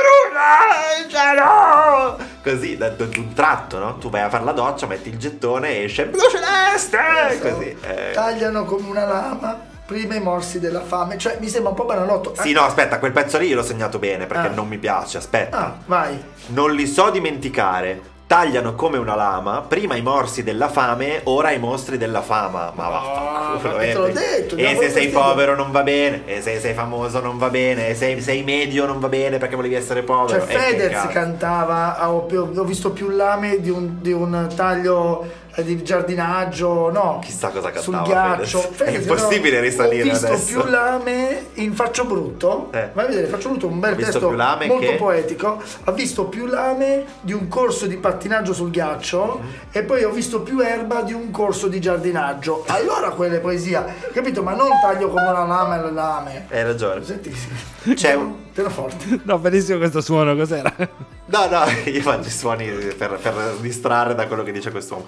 no! Così d'un tratto, no? Tu vai a fare la doccia, metti il gettone e esce blu celeste, così. Tagliano come una lama prima i morsi della fame. Cioè mi sembra un po' banalotto. Sì, no, aspetta, quel pezzo lì io l'ho segnato bene perché non mi piace, aspetta. Ah, vai. Non li so dimenticare. Tagliano come una lama, prima i morsi della fame, ora i mostri della fama. Ma vaffanculo, ma te l'ho detto, e già se sei questi- povero non va bene, e se sei famoso non va bene, e se sei medio non va bene perché volevi essere povero. Cioè Fedez cantava ho visto più lame di un taglio di giardinaggio, no? Chissà cosa cantava sul ghiaccio. Fedez. È impossibile risalire Ho visto adesso. più lame in Faccio Brutto. Vai a vedere, Faccio Brutto, un bel Ho visto testo più lame molto che- poetico. Ha visto più lame di un corso di pattinaggio sul ghiaccio e poi ho visto più erba di un corso di giardinaggio. Allora quella è poesia, capito? Ma non taglio come una lama e le lame. Hai ragione. Senti, C'è te lo forte. No, bellissimo questo suono, cos'era? No, io faccio i suoni per distrarre da quello che dice quest'uomo.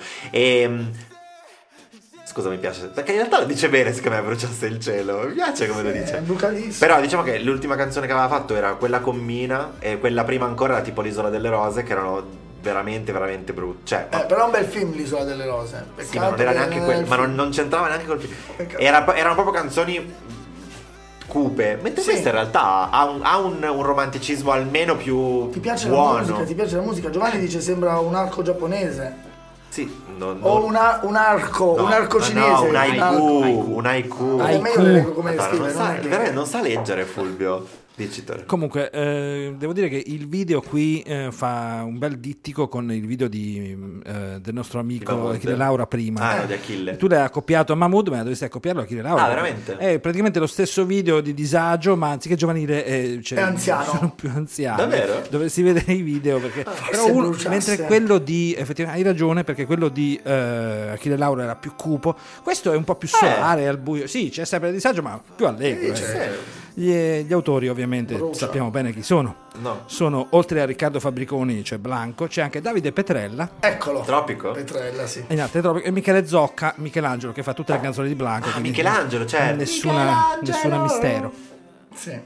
Scusa, mi piace. Perché in realtà lo dice bene, secondo me, bruciasse il cielo. Mi piace come lo dice. È bucalissimo. Però diciamo che l'ultima canzone che aveva fatto era quella con Mina e quella prima ancora era tipo l'Isola delle Rose, che erano veramente brutte. Cioè, Però è un bel film l'Isola delle Rose. sì, ma non era neanche quello, ma non c'entrava neanche col film. Peccato. Erano proprio canzoni cupe, mentre Sì. questa in realtà ha un romanticismo almeno più Ti piace buono. la musica? Ti piace la musica? Giovanni dice sembra un arco giapponese. Sì, O un arco cinese. No, un haiku. È meglio le leggo come Madonna, scrive, non sa, non è che- veramente non sa leggere Fulvio. Dicitore. Comunque, devo dire che il video qui fa un bel dittico con il video del nostro amico Achille Laura prima. Di Achille. Tu l'hai accoppiato a Mahmood, ma dovresti accoppiarlo a Achille Laura. Ah, veramente? È praticamente lo stesso video di disagio, ma anziché giovanile è anziano. sono più anziani. Davvero? Dovresti vedere i video perché però bruciasse. mentre quello di effettivamente hai ragione, perché quello di Achille Laura era più cupo, questo è un po' più solare al buio. Sì, c'è sempre il disagio, ma più allegro. Gli autori ovviamente sappiamo bene chi sono. No. Sono, oltre a Riccardo Fabbriconi, cioè Blanco, c'è anche Davide Petrella Eccolo. Tropico? Petrella, sì. e Michele Zocca, Michelangelo, che fa tutte le canzoni di Blanco. quindi Michelangelo, certo. nessuna mistero. Sì.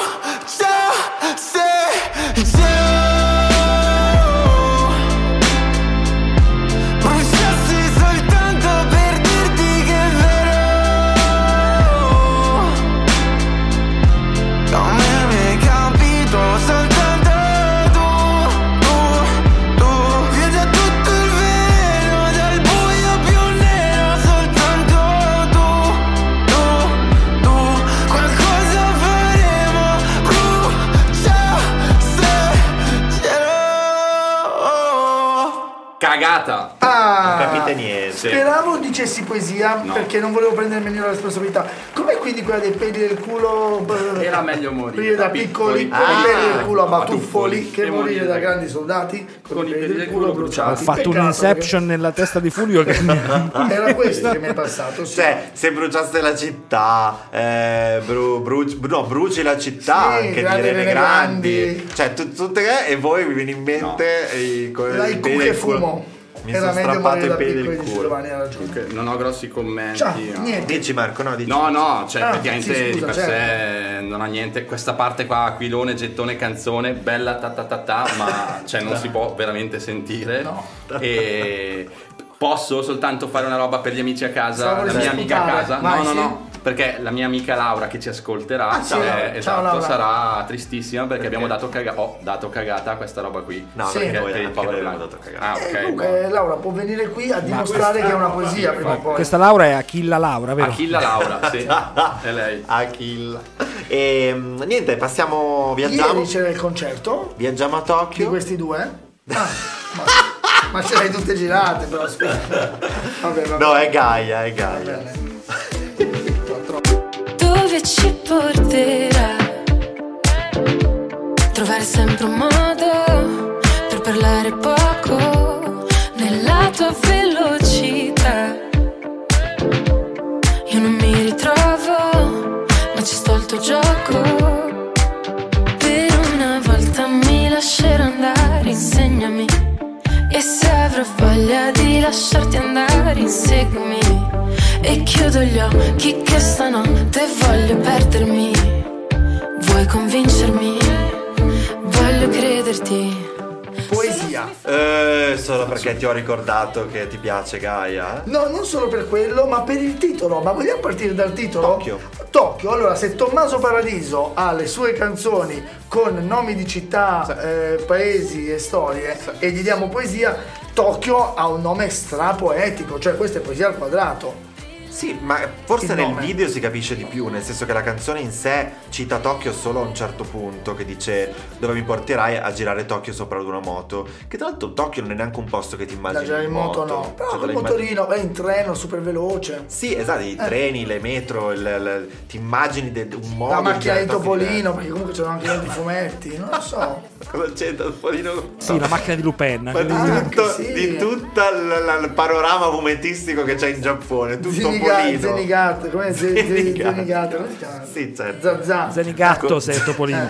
Bruciassi soltanto per dirti che è vero. Come mi hai capito soltanto tu vedi tutto il vero dal buio più nero. Soltanto tu qualcosa faremo. Bruciasse cielo. Cagata. Non capite niente. Speravo dicessi poesia perché non volevo prendermi la responsabilità. Com'è quindi quella dei peli del culo? Era meglio morire da piccoli, con i peli del culo a batuffoli, che morire da grandi soldati con i peli del culo Ho bruciati. fatto un Peccato, inception nella testa di Fulvio che perché era questo che mi è passato. Sì. Cioè, se bruciasse la città, bruci la città, Sì, anche grandi di Rene Rene Grandi. Grandi. Cioè, tutte che, e voi vi viene in mente i L'haiku peli che del culo. fumo. Mi Era sono meglio strappato morire i da peli piccoli, del dice culo. Giovanni, ha ragione. Comunque, non ho grossi commenti. Ciao, no. niente. Dici Marco, no, dici. No, cioè effettivamente sì, scusa, di per certo. sé non ha niente. Questa parte qua, aquilone, gettone, canzone, bella ma cioè non si può veramente sentire. No. E posso soltanto fare una roba per gli amici a casa, Stavo la mia amica a sputare. casa. Vai, No, sì. no. perché la mia amica Laura che ci ascolterà sì, ciao, esatto, Laura. sarà tristissima perché abbiamo dato cagata a questa roba qui. No, Sì. perché Per il anche povero noi abbiamo Blanco. dato cagata. Ah, ok. Comunque Laura può venire qui a dimostrare che è una poesia prima o poi. Questa Laura è Achilla Laura, vero? Achilla Laura, sì, è lei. Achille. E niente, viaggiamo. Ieri c'era il concerto Viaggiamo a di Tokyo. questi due. Ma ce le hai tutte girate, però aspetta. Vabbè. No, è Gaia. Va bene. Dove ci porterà? Trovare sempre un modo per parlare poco nella tua velocità. Io non mi ritrovo, ma ci sto il tuo gioco. Per una volta mi lascerò andare, insegnami. E se avrò voglia di lasciarti andare, inseguimi. E chiudo gli occhi che stanotte voglio perdermi. Vuoi convincermi? Voglio crederti. Poesia. Solo perché ti ho ricordato che ti piace Gaia. No, non solo per quello, ma per il titolo. Ma vogliamo partire dal titolo? Tokyo. Allora, se Tommaso Paradiso ha le sue canzoni con nomi di città, paesi e storie e gli diamo poesia, Tokyo ha un nome strapoetico, cioè questa è poesia al quadrato. Sì, ma forse Il nel nome. video si capisce di più, nel senso che la canzone in sé cita Tokyo solo a un certo punto, che dice dove mi porterai a girare Tokyo sopra ad una moto. Che tra l'altro Tokyo non è neanche un posto che ti immagini Da girare in moto no, però Cioè, col te la motorino, in treno, super veloce. Sì, esatto, i treni, le metro, ti immagini un modo La di macchina girare di Tokyo Topolino, diverso. perché comunque c'erano anche tanti fumetti, non lo so. Cosa c'entra Topolino? Sì, la macchina di Lupin. Ma Anche di tutto il panorama fumettistico che c'è in Giappone, tutto Topolino. Zenigate, come Zenigate. Zenigate, come si chiama? Sì, certo. Zazà. Zenigatto se è Topolino.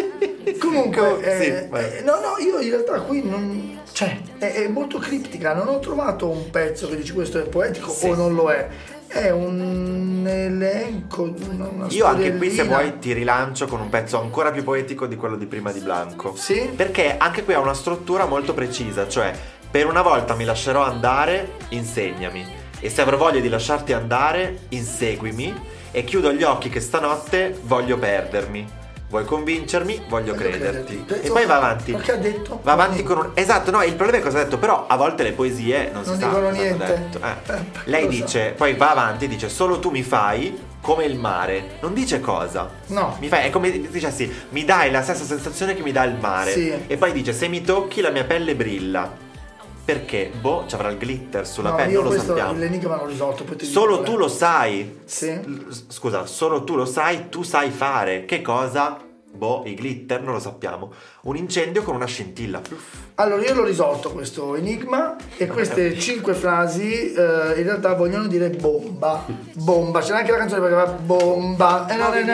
Comunque, Sì, vai. no, io in realtà qui non. Cioè, è molto criptica, non ho trovato un pezzo che dici questo è poetico o non lo è. È un elenco, una Io anche qui, se storiellina. vuoi, ti rilancio con un pezzo ancora più poetico di quello di prima di Blanco. Sì? Perché anche qui ha una struttura molto precisa, cioè per una volta mi lascerò andare, insegnami. E se avrò voglia di lasciarti andare, inseguimi. E chiudo gli occhi che stanotte voglio perdermi. Vuoi convincermi? Voglio crederti. E poi va avanti. Perché ha detto? Va avanti con un. Esatto, no, il problema è cosa ha detto, però a volte le poesie non si Non sa dicono cosa hanno niente. detto. Lei lo dice, poi va avanti, dice solo tu mi fai come il mare. Non dice cosa. No. Mi fai, è come se dicessi, mi dai la stessa sensazione che mi dà il mare. Sì. E poi dice, se mi tocchi la mia pelle brilla. Perché? Boh, ci avrà il glitter sulla No, pelle, io non lo questo sappiamo. l'enigma l'ho risolto, poi ti Solo dico, tu lo sai. Sì. Scusa, solo tu lo sai, tu sai fare. Che cosa? Boh, i glitter, non lo sappiamo. Un incendio con una scintilla. Allora io l'ho risolto questo enigma e queste 5 frasi in realtà vogliono dire bomba. Bomba, c'è anche la canzone perché va bomba.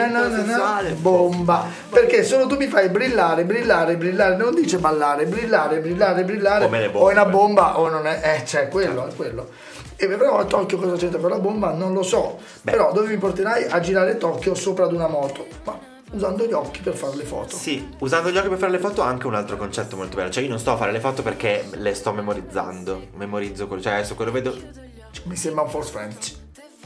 Bomba. Perché solo tu mi fai brillare, brillare, brillare. Non dice ballare, brillare, brillare, brillare. Come le bombe. O è una bomba o non è. C'è quello, è quello. E però a Tokyo cosa c'entra con la bomba? Non lo so. Però dove mi porterai a girare Tokyo sopra ad una moto? Ma usando gli occhi per fare le foto. Sì, usando gli occhi per fare le foto ha anche un altro concetto molto bello. Cioè io non sto a fare le foto perché le sto memorizzando. Memorizzo quello. Cioè adesso quello vedo. Mi sembra un false French.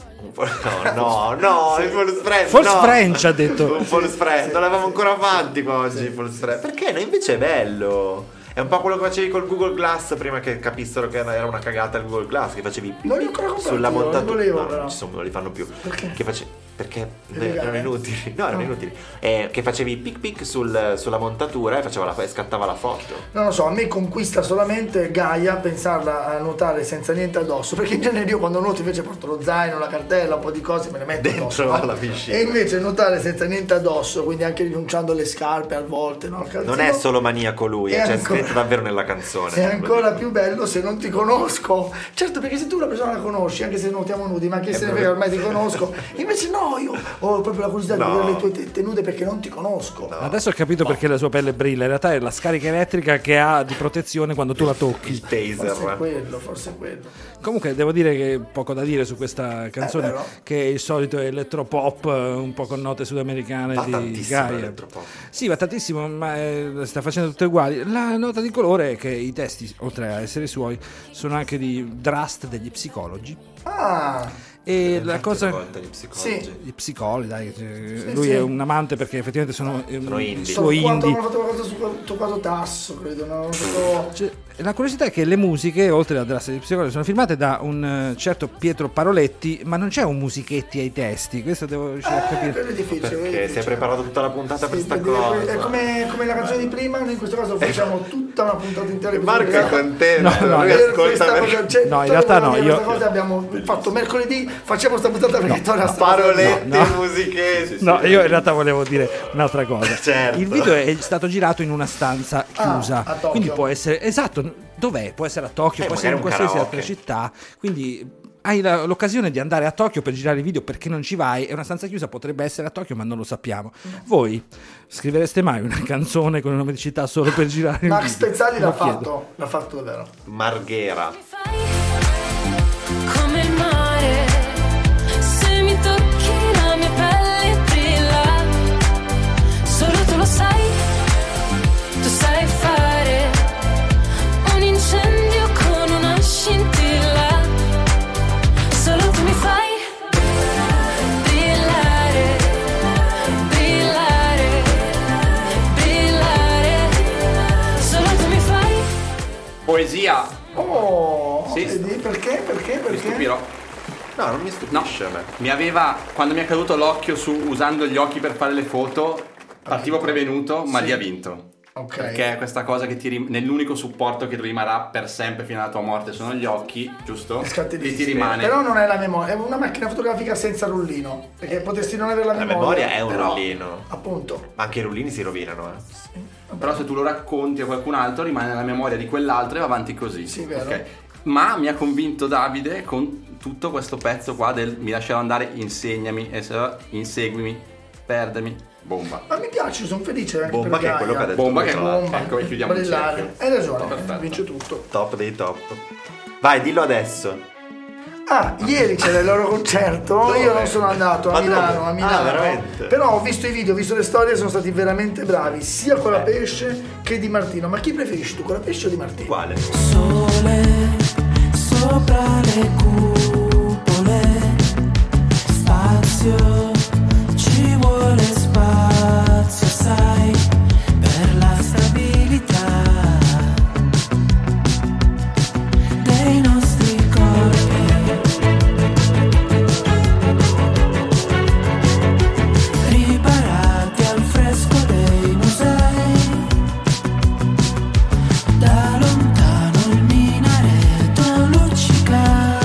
No, il false friend. False no. French ha detto. Un false friend. Non l'avevamo ancora fatti oggi. Il false friend. Perché? No, invece è bello. È un po' quello che facevi col Google Glass prima che capissero che era una cagata il Google Glass. Che facevi Non li ho ancora comprati, sulla io, non montatura. volevo, No, però. non ci sono, non li fanno più. Perché? Perché Illegale? erano inutili. No, erano inutili. Che facevi pic pic sulla montatura e scattava la foto. Non lo so, a me conquista solamente Gaia pensarla a nuotare senza niente addosso, perché in genere io quando nuoto invece porto lo zaino, la cartella, un po' di cose, me le metto Dentro addosso, no? alla piscina. E invece nuotare senza niente addosso, quindi anche rinunciando alle scarpe a volte, no? Non è solo maniaco lui, È c'è ancora- scritto davvero nella canzone. È ancora più bello se non ti conosco. Certo, perché se tu una persona la conosci, anche se nuotiamo nudi, ma che se ne frega, ormai ti conosco. Invece no, io ho proprio la curiosità di No. vedere le tue tette nude perché non ti conosco. Adesso ho capito perché la sua pelle brilla. In realtà è la scarica elettrica che ha di protezione quando tu la tocchi. Il taser. Forse è quello. Comunque devo dire che poco da dire su questa canzone, vero. che è il solito elettropop un po' con note sudamericane Va di tantissimo Gaia. l'elettropop. Sì, va tantissimo, ma sta facendo tutte uguali. La nota di colore è che i testi, oltre a essere suoi, sono anche di Drast degli Psicologi. Ah, E la cosa, gli gli psicologi, dai, lui è un amante perché effettivamente sono indie. suo indie. Hanno fatto qualcosa su toccato tasso, credo, no? Cioè, la curiosità è che le musiche, oltre ad essere di psicologi, sono firmate da un certo Pietro Paroletti, ma non c'è un Musichetti ai testi. Questo devo riuscire a capire. Quello è difficile. Perché si è preparato tutta la puntata per questa per cosa. dire, è come la canzone di prima, noi in questo caso facciamo tutta una puntata intera. Marco è contento. No, lui ascolta perché... No, in realtà no, io cosa abbiamo fatto mercoledì, facciamo sta puntata perché torna Parolette, musiche. No, io in realtà volevo dire un'altra cosa. Certo. Il video è stato girato in una stanza chiusa, a Tokyo. quindi può essere esatto. Dov'è? Può essere a Tokyo, può essere in magari un qualsiasi karaoke. altra città. Quindi hai l'occasione di andare a Tokyo per girare il video perché non ci vai. È una stanza chiusa, potrebbe essere a Tokyo, ma non lo sappiamo. Voi scrivereste mai una canzone con un nome di città solo per girare il Max video? Pezzali Lo chiedo. l'ha fatto davvero. Marghera. Come il mare, se mi tocchi la mia pelle brilla, solo tu lo sai, tu sai fare un incendio con una scintilla, solo tu mi fai brillare, brillare, brillare, solo tu mi fai. Poesia. Oh, Sì. vedi? Perché? Mi stupirò. No, non mi stupisce a me. Mi aveva, quando mi è caduto l'occhio su usando gli occhi per fare le foto, partivo prevenuto, ma lì ha vinto. Ok. Perché questa cosa che nell'unico supporto che rimarrà per sempre fino alla tua morte sono gli occhi, giusto? Lì ti rimane. Però non è la memoria, è una macchina fotografica senza rullino. Perché potresti non avere la La memoria. memoria è un però, rullino. Appunto. Ma anche i rullini si rovinano, Però se tu lo racconti a qualcun altro rimane nella memoria di quell'altro e va avanti così. Sì, vero. Ok. Ma mi ha convinto Davide con tutto questo pezzo qua del mi lascerò andare, insegnami, inseguimi, perdermi, bomba. Ma mi piace, sono felice anche Bomba per che è quello che ha Gaia. detto. Bomba che Bomba. ecco, e chiudiamo il Brillare. cerchio. Hai ragione, Perfetto. vince tutto. Top dei top. Vai, dillo adesso. Ah, ieri c'era il loro concerto, Dove? io non sono andato Ma a Milano, dove? a Milano. Ah, veramente? Però ho visto i video, ho visto le storie, sono stati veramente bravi, sia con la Pesce che Di Martino. Ma chi preferisci tu, con la Pesce o Di Martino? Quale? Sole sopra le cupole, spazio, ci vuole spazio, sai, per la stabilità dei nostri corpi. Riparati al fresco dei musei, da lontano il minareto luccica,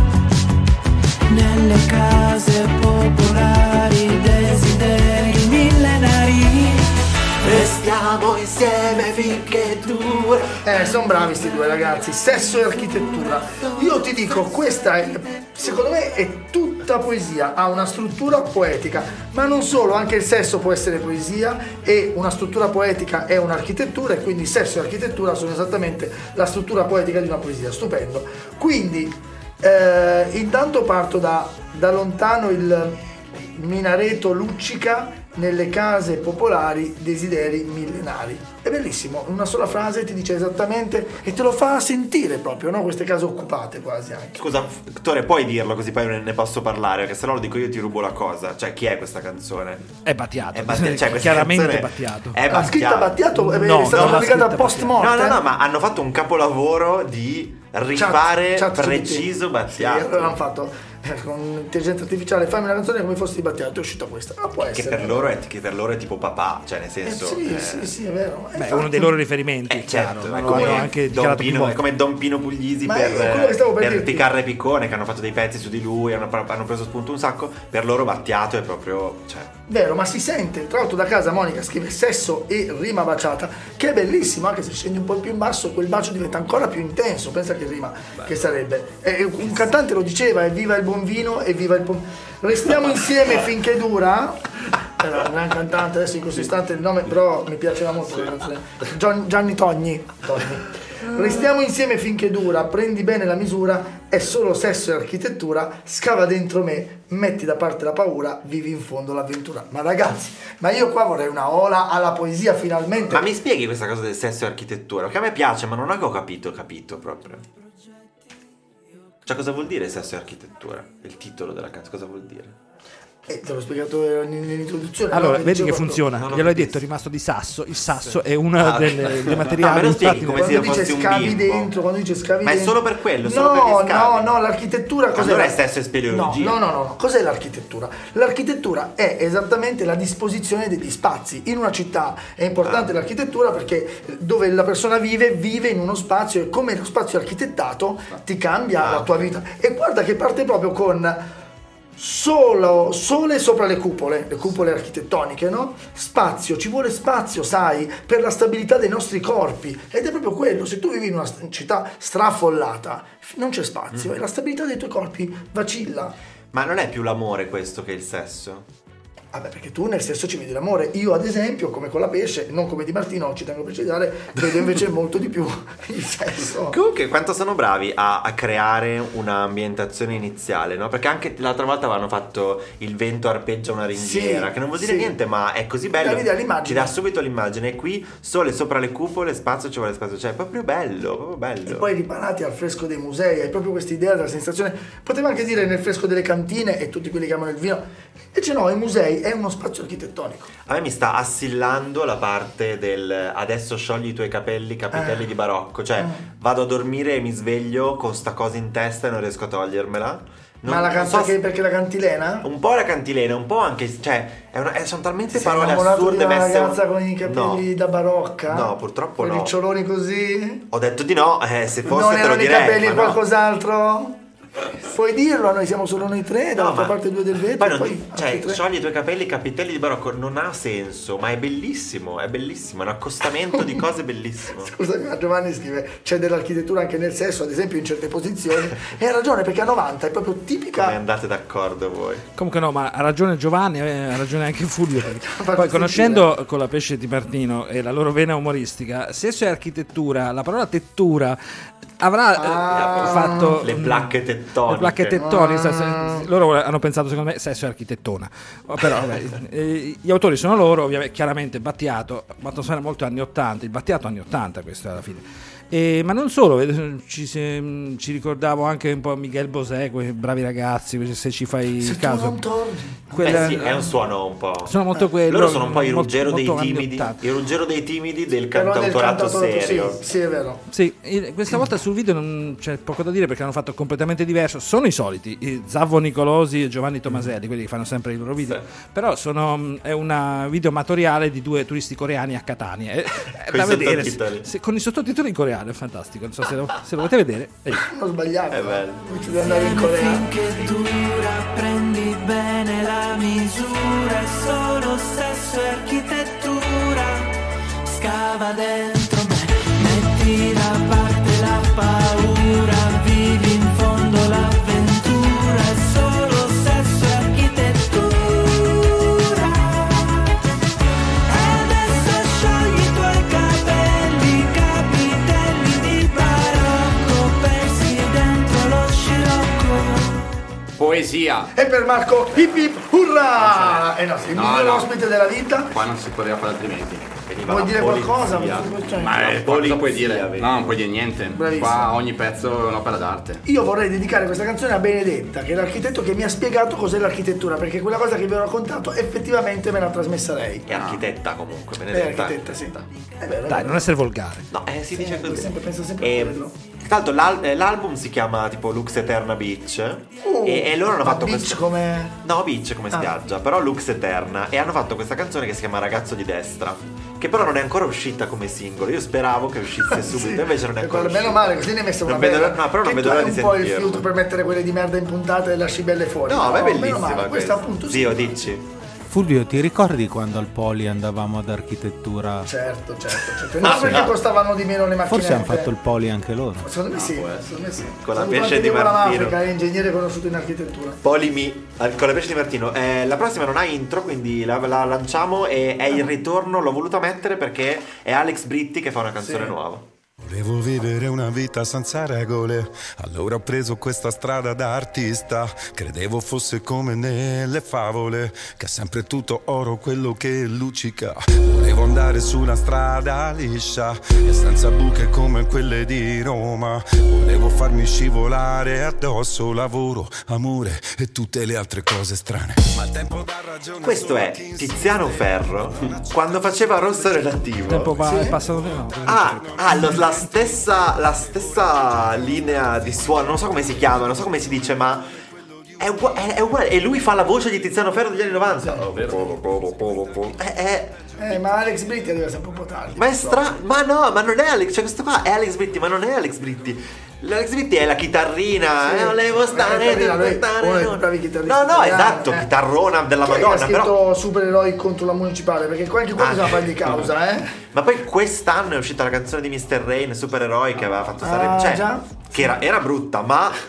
nelle case popolari desideri millenari, restiamo insieme finché dura. Sono bravi sti due ragazzi, sesso e architettura. Io ti dico, questa è, secondo me è tutta poesia, ha una struttura poetica, ma non solo, anche il sesso può essere poesia e una struttura poetica è un'architettura e quindi sesso e architettura sono esattamente la struttura poetica di una poesia, stupendo. Quindi intanto parto da lontano il minareto luccica, nelle case popolari desideri millenari. È bellissimo, in una sola frase ti dice esattamente e te lo fa sentire proprio, no? Queste case occupate quasi anche. Scusa, Tore, puoi dirlo così poi ne posso parlare? Perché se no lo dico io ti rubo la cosa. Cioè, chi è questa canzone? È Battiato, Cioè, questa chiaramente canzone Battiato. È La scritta Battiato è No, stata no, la pubblicata scritta post No, mortem. no, ma hanno fatto un capolavoro di rifare Chat preciso GPT. Battiato. Sì, l'hanno fatto con intelligenza artificiale, fammi una canzone come fosse di Battiato, è uscita questa. Ma può Che essere. per loro è tipo papà, cioè nel senso. Sì, è vero. Beh, è uno dei loro riferimenti, Certo, chiaro, è lo come hanno anche Don dichiarato più Pino, è volte. come Don Pino Puglisi Ma è quello che stavo per per dirti. Piccarra e Piccone, che hanno fatto dei pezzi su di lui, hanno preso spunto un sacco. Per loro Battiato è proprio, cioè, Vero, ma si sente, tra l'altro da casa Monica scrive sesso e rima baciata, che è bellissimo, anche se scendi un po' più in basso quel bacio diventa ancora più intenso, pensa che rima che sarebbe. Un cantante lo diceva, evviva il buon vino, evviva il buon... Restiamo insieme finché dura, era un gran cantante, adesso in questo istante il nome, però mi piaceva molto la canzone. Gianni Togni. Restiamo insieme finché dura, prendi bene la misura, è solo sesso e architettura, scava dentro me, metti da parte la paura, vivi in fondo l'avventura. Ma ragazzi, ma io qua vorrei una ola alla poesia finalmente. ma mi spieghi questa cosa del sesso e architettura? Che a me piace, ma non è che ho capito proprio. Cioè, cosa vuol dire sesso e architettura? Il titolo della canzone, cosa vuol dire? Te l'ho spiegato nell'introduzione. Allora, no? vedi che Dicevo- funziona. no, Glielo hai no, detto, è rimasto di sasso. Il sasso è uno dei materiali. ma lo spieghi infatti, come Quando sia dice fossi un scavi bimbo. dentro, quando dice scavi Ma è dentro. solo per quello, solo per gli scavi? No, l'architettura cos'è? Allora è sesso e speleologia. No. Cos'è l'architettura? L'architettura è esattamente la disposizione degli spazi. In una città è importante l'architettura perché dove la persona vive in uno spazio e come lo spazio è architettato ti cambia la tua vita. E guarda che parte proprio con sole sopra le cupole architettoniche, no? Spazio, ci vuole spazio, sai, per la stabilità dei nostri corpi, ed è proprio quello. Se tu vivi in una città straffollata non c'è spazio e la stabilità dei tuoi corpi vacilla. Ma non è più l'amore questo che il sesso? Vabbè, perché tu nel sesso ci vedi l'amore. Io ad esempio, come con la pesce, non come Di Martino, ci tengo a precisare, vedo invece molto di più il sesso. Comunque, quanto sono bravi a creare un'ambientazione iniziale, no? Perché anche l'altra volta avevano fatto il vento arpeggia una ringhiera, Sì, che non vuol dire sì. niente, ma è così bello. Dà l'idea, l'immagine. Ci dà subito l'immagine. E qui sole sopra le cupole, spazio, ci vuole spazio. Cioè, è proprio bello, proprio bello. E poi riparati al fresco dei musei, hai proprio questa idea della sensazione. Poteva anche dire nel fresco delle cantine e tutti quelli che amano il vino. Invece no, i musei è uno spazio architettonico. A me mi sta assillando la parte del adesso sciogli i tuoi capitelli di barocco. Cioè, vado a dormire e mi sveglio con sta cosa in testa e non riesco a togliermela. Ma la canzone so se- perché la cantilena? Un po' la cantilena, un po' anche, cioè, sono talmente Ti sei parole innamorato assurde di una messe. ragazza con i capelli da barocca? No, purtroppo con no. i riccioloni così? Ho detto di no, se fosse Non te lo erano i direi. capelli ma no. qualcos'altro? Puoi dirlo, noi siamo solo noi tre, dall'altra ma- parte due del vetro. Poi non- Poi cioè, altri tre. sciogli i tuoi capelli, capitelli di barocco, non ha senso, ma è bellissimo, è un accostamento di cose bellissimo. Scusami, ma Giovanni scrive c'è dell'architettura anche nel sesso, ad esempio in certe posizioni. E ha ragione, perché a 90 è proprio Come tipica. andate d'accordo voi? Comunque no, ma ha ragione Giovanni, ha ragione anche Fulvio. Perché Fatti poi sentire. conoscendo con la pesce di Martino e la loro vena umoristica, sesso e architettura, la parola tettura avrà fatto Le placche tettoniche. le placche tettoniche. Loro hanno pensato secondo me sesso e architettona. Però vabbè, gli autori sono loro, ovviamente, chiaramente Battiato, atmosfera molto anni 80, il Battiato anni 80 questo alla fine. Ma non solo, ci ricordavo anche un po' Miguel Bosé, quei bravi ragazzi, se ci fai Se tu caso. non torni. Beh, sì, è un suono un po'. Sono molto quello. Loro sono un po' il molto- Ruggero molto dei anni timidi. 80. Il Ruggero dei timidi del Però del cantautorato cantautorato, serio. sì, è vero. Sì, questa volta sul video non c'è poco da dire perché hanno fatto completamente diverso. Sono i soliti, Zavvo Nicolosi e Giovanni Tomaselli, quelli che fanno sempre i loro video. Però è una video amatoriale di due turisti coreani a Catania. È Con da i vedere. sottotitoli. Con i sottotitoli in coreano, è fantastico. Non so se lo volete vedere. Non sbagliato. È bello. Ci devi andare in Corea. Finché dura, prendi bene la misura, è solo sesso e architettura. Scava dentro me, metti da parte la paura, vivi in fondo l'avventura, è solo sesso e architettura. E adesso sciogli i tuoi capitelli di barocco, persi dentro lo scirocco. Poesia. E per Marco, hip hip, urra! Sì, il miglior no. ospite della vita. Qua non si poteva fare altrimenti. Veniva Vuoi la dire polizia. qualcosa? Cioè, Ma La cosa polizia, puoi dire? vedi. No, non puoi dire niente. Bravissimo. Qua ogni pezzo è un'opera d'arte. Io vorrei dedicare questa canzone a Benedetta, che è l'architetto che mi ha spiegato cos'è l'architettura, perché quella cosa che vi ho raccontato effettivamente me l'ha trasmessa lei. È architetta comunque, È Benedetta. architetta, sì. È vero, è Dai, vero. non essere volgare. No, si dice Sempre, così. sempre, penso sempre a quello. Tra l'altro l'album si chiama tipo Lux Eterna Beach e loro hanno Ma fatto beach questo. come... No, Beach come spiaggia, però Lux Eterna. E hanno fatto questa canzone che si chiama Ragazzo di destra, che però non è ancora uscita come singolo. Io speravo che uscisse subito, invece non è ancora uscita. Meno male, così ne hai messo una Non vedo- bella. no, però non Che vedo tu l'ora hai di un po' il sentirlo. filtro per mettere quelle di merda in puntata e lasci belle fuori. No, ma è meno bellissima male, questa appunto sì. Zio, dici. Fulvio, ti ricordi quando al Poli andavamo ad architettura? Certo. Non perché costavano di meno le macchine. Forse hanno fatto il Poli anche loro. Secondo me sì, secondo me sì. Con la Saluto pesce anche di Diego Martino. Lamafrica, è ingegnere conosciuto in architettura. Polimi con la pesce di Martino. La prossima non ha intro, quindi la lanciamo e è il ritorno. L'ho voluta mettere perché è Alex Britti che fa una canzone Sì. nuova. Volevo vivere una vita senza regole, allora ho preso questa strada da artista. Credevo fosse come nelle favole, che è sempre tutto oro quello che luccica. Volevo andare su una strada liscia e senza buche come quelle di Roma. Volevo farmi scivolare addosso lavoro, amore e tutte le altre cose strane. Ma il tempo dà ragione. Questo è Tiziano Ferro quando faceva Rosso Relativo. Il tempo è passato no, la stessa linea di suono, non so come si chiama, non so come si dice, ma è uguale. E lui fa la voce di Tiziano Ferro degli anni 90. Ma Alex Britti arriva sempre un po' tardi. Ma no, ma non è Alex, cioè questo qua è Alex Britti, ma non è Alex Britti. L'Alex Britti è la chitarrina, volevo stare No, esatto, chitarrona della Madonna. Ha scritto però supereroi contro la municipale, perché qualche cosa bisogna fargli causa, Ma poi quest'anno è uscita la canzone di Mr. Rain, Supereroi, che aveva fatto stare, cioè, già? che era brutta, ma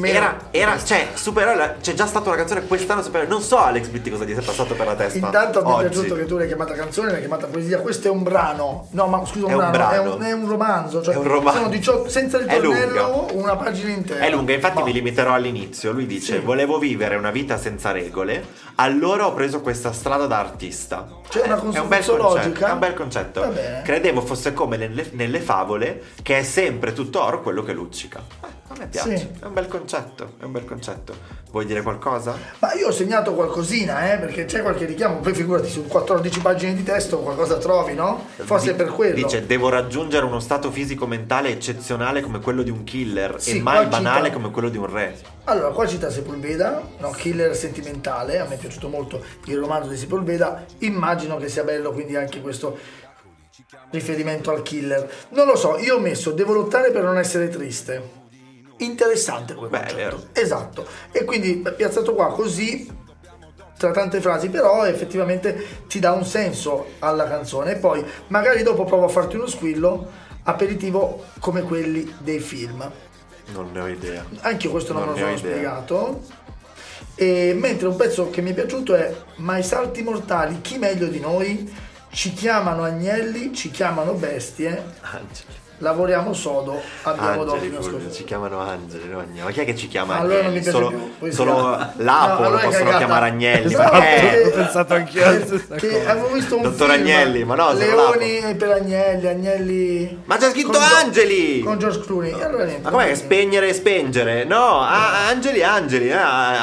cioè, supereroi, c'è già stata una canzone quest'anno supereroi. Non so Alex Britti cosa gli sia passato per la testa. Intanto mi è piaciuto che tu l'hai chiamata canzone, l'hai chiamata poesia. Questo è un brano. No, ma scusa, è un romanzo. Cioè, è un romanzo. Sono 18, senza il tornello, una pagina intera. È lunga, infatti mi limiterò all'inizio. Lui dice: volevo vivere una vita senza regole, allora ho preso questa strada da artista. C'è una conseguenza logica. È un bel concetto. Credevo fosse come nelle favole, che è sempre tutto oro quello che luccica. A me piace, è un bel concetto. Vuoi dire qualcosa? Ma io ho segnato qualcosina, perché c'è qualche richiamo. Poi figurati, su 14 pagine di testo qualcosa trovi, no? Forse è per quello. Dice: devo raggiungere uno stato fisico-mentale eccezionale come quello di un killer e mai banale come quello di un re. Allora, qua cita Sepulveda, no? Killer sentimentale. A me è piaciuto molto il romanzo di Sepulveda. Immagino che sia bello quindi anche questo riferimento al killer. Non lo so, io ho messo: devo lottare per non essere triste. Interessante come concetto. Esatto. E quindi piazzato qua così, tra tante frasi, però effettivamente ti dà un senso alla canzone. E poi magari dopo provo a farti uno squillo aperitivo come quelli dei film. Non ne ho idea. Anch'io questo non me lo sono spiegato. E mentre un pezzo che mi è piaciuto è: ma i salti mortali, chi meglio di noi? Ci chiamano agnelli, ci chiamano bestie. Angeli. Lavoriamo sodo, abbiamo Fulvio, ci chiamano angeli, no? Ma chi è che ci chiama allora agnelli? Non mi piace solo l'Apo lo possono chiamare agnelli. Ho pensato anch'io alla stessa cosa. Avevo visto un Dottor film, Agnelli, ma no, Leoni per Agnelli. Ma c'è scritto Angeli! Con George Clooney. Allora niente. Ma com'è? Spegnere e spengere? No, angeli, agneli.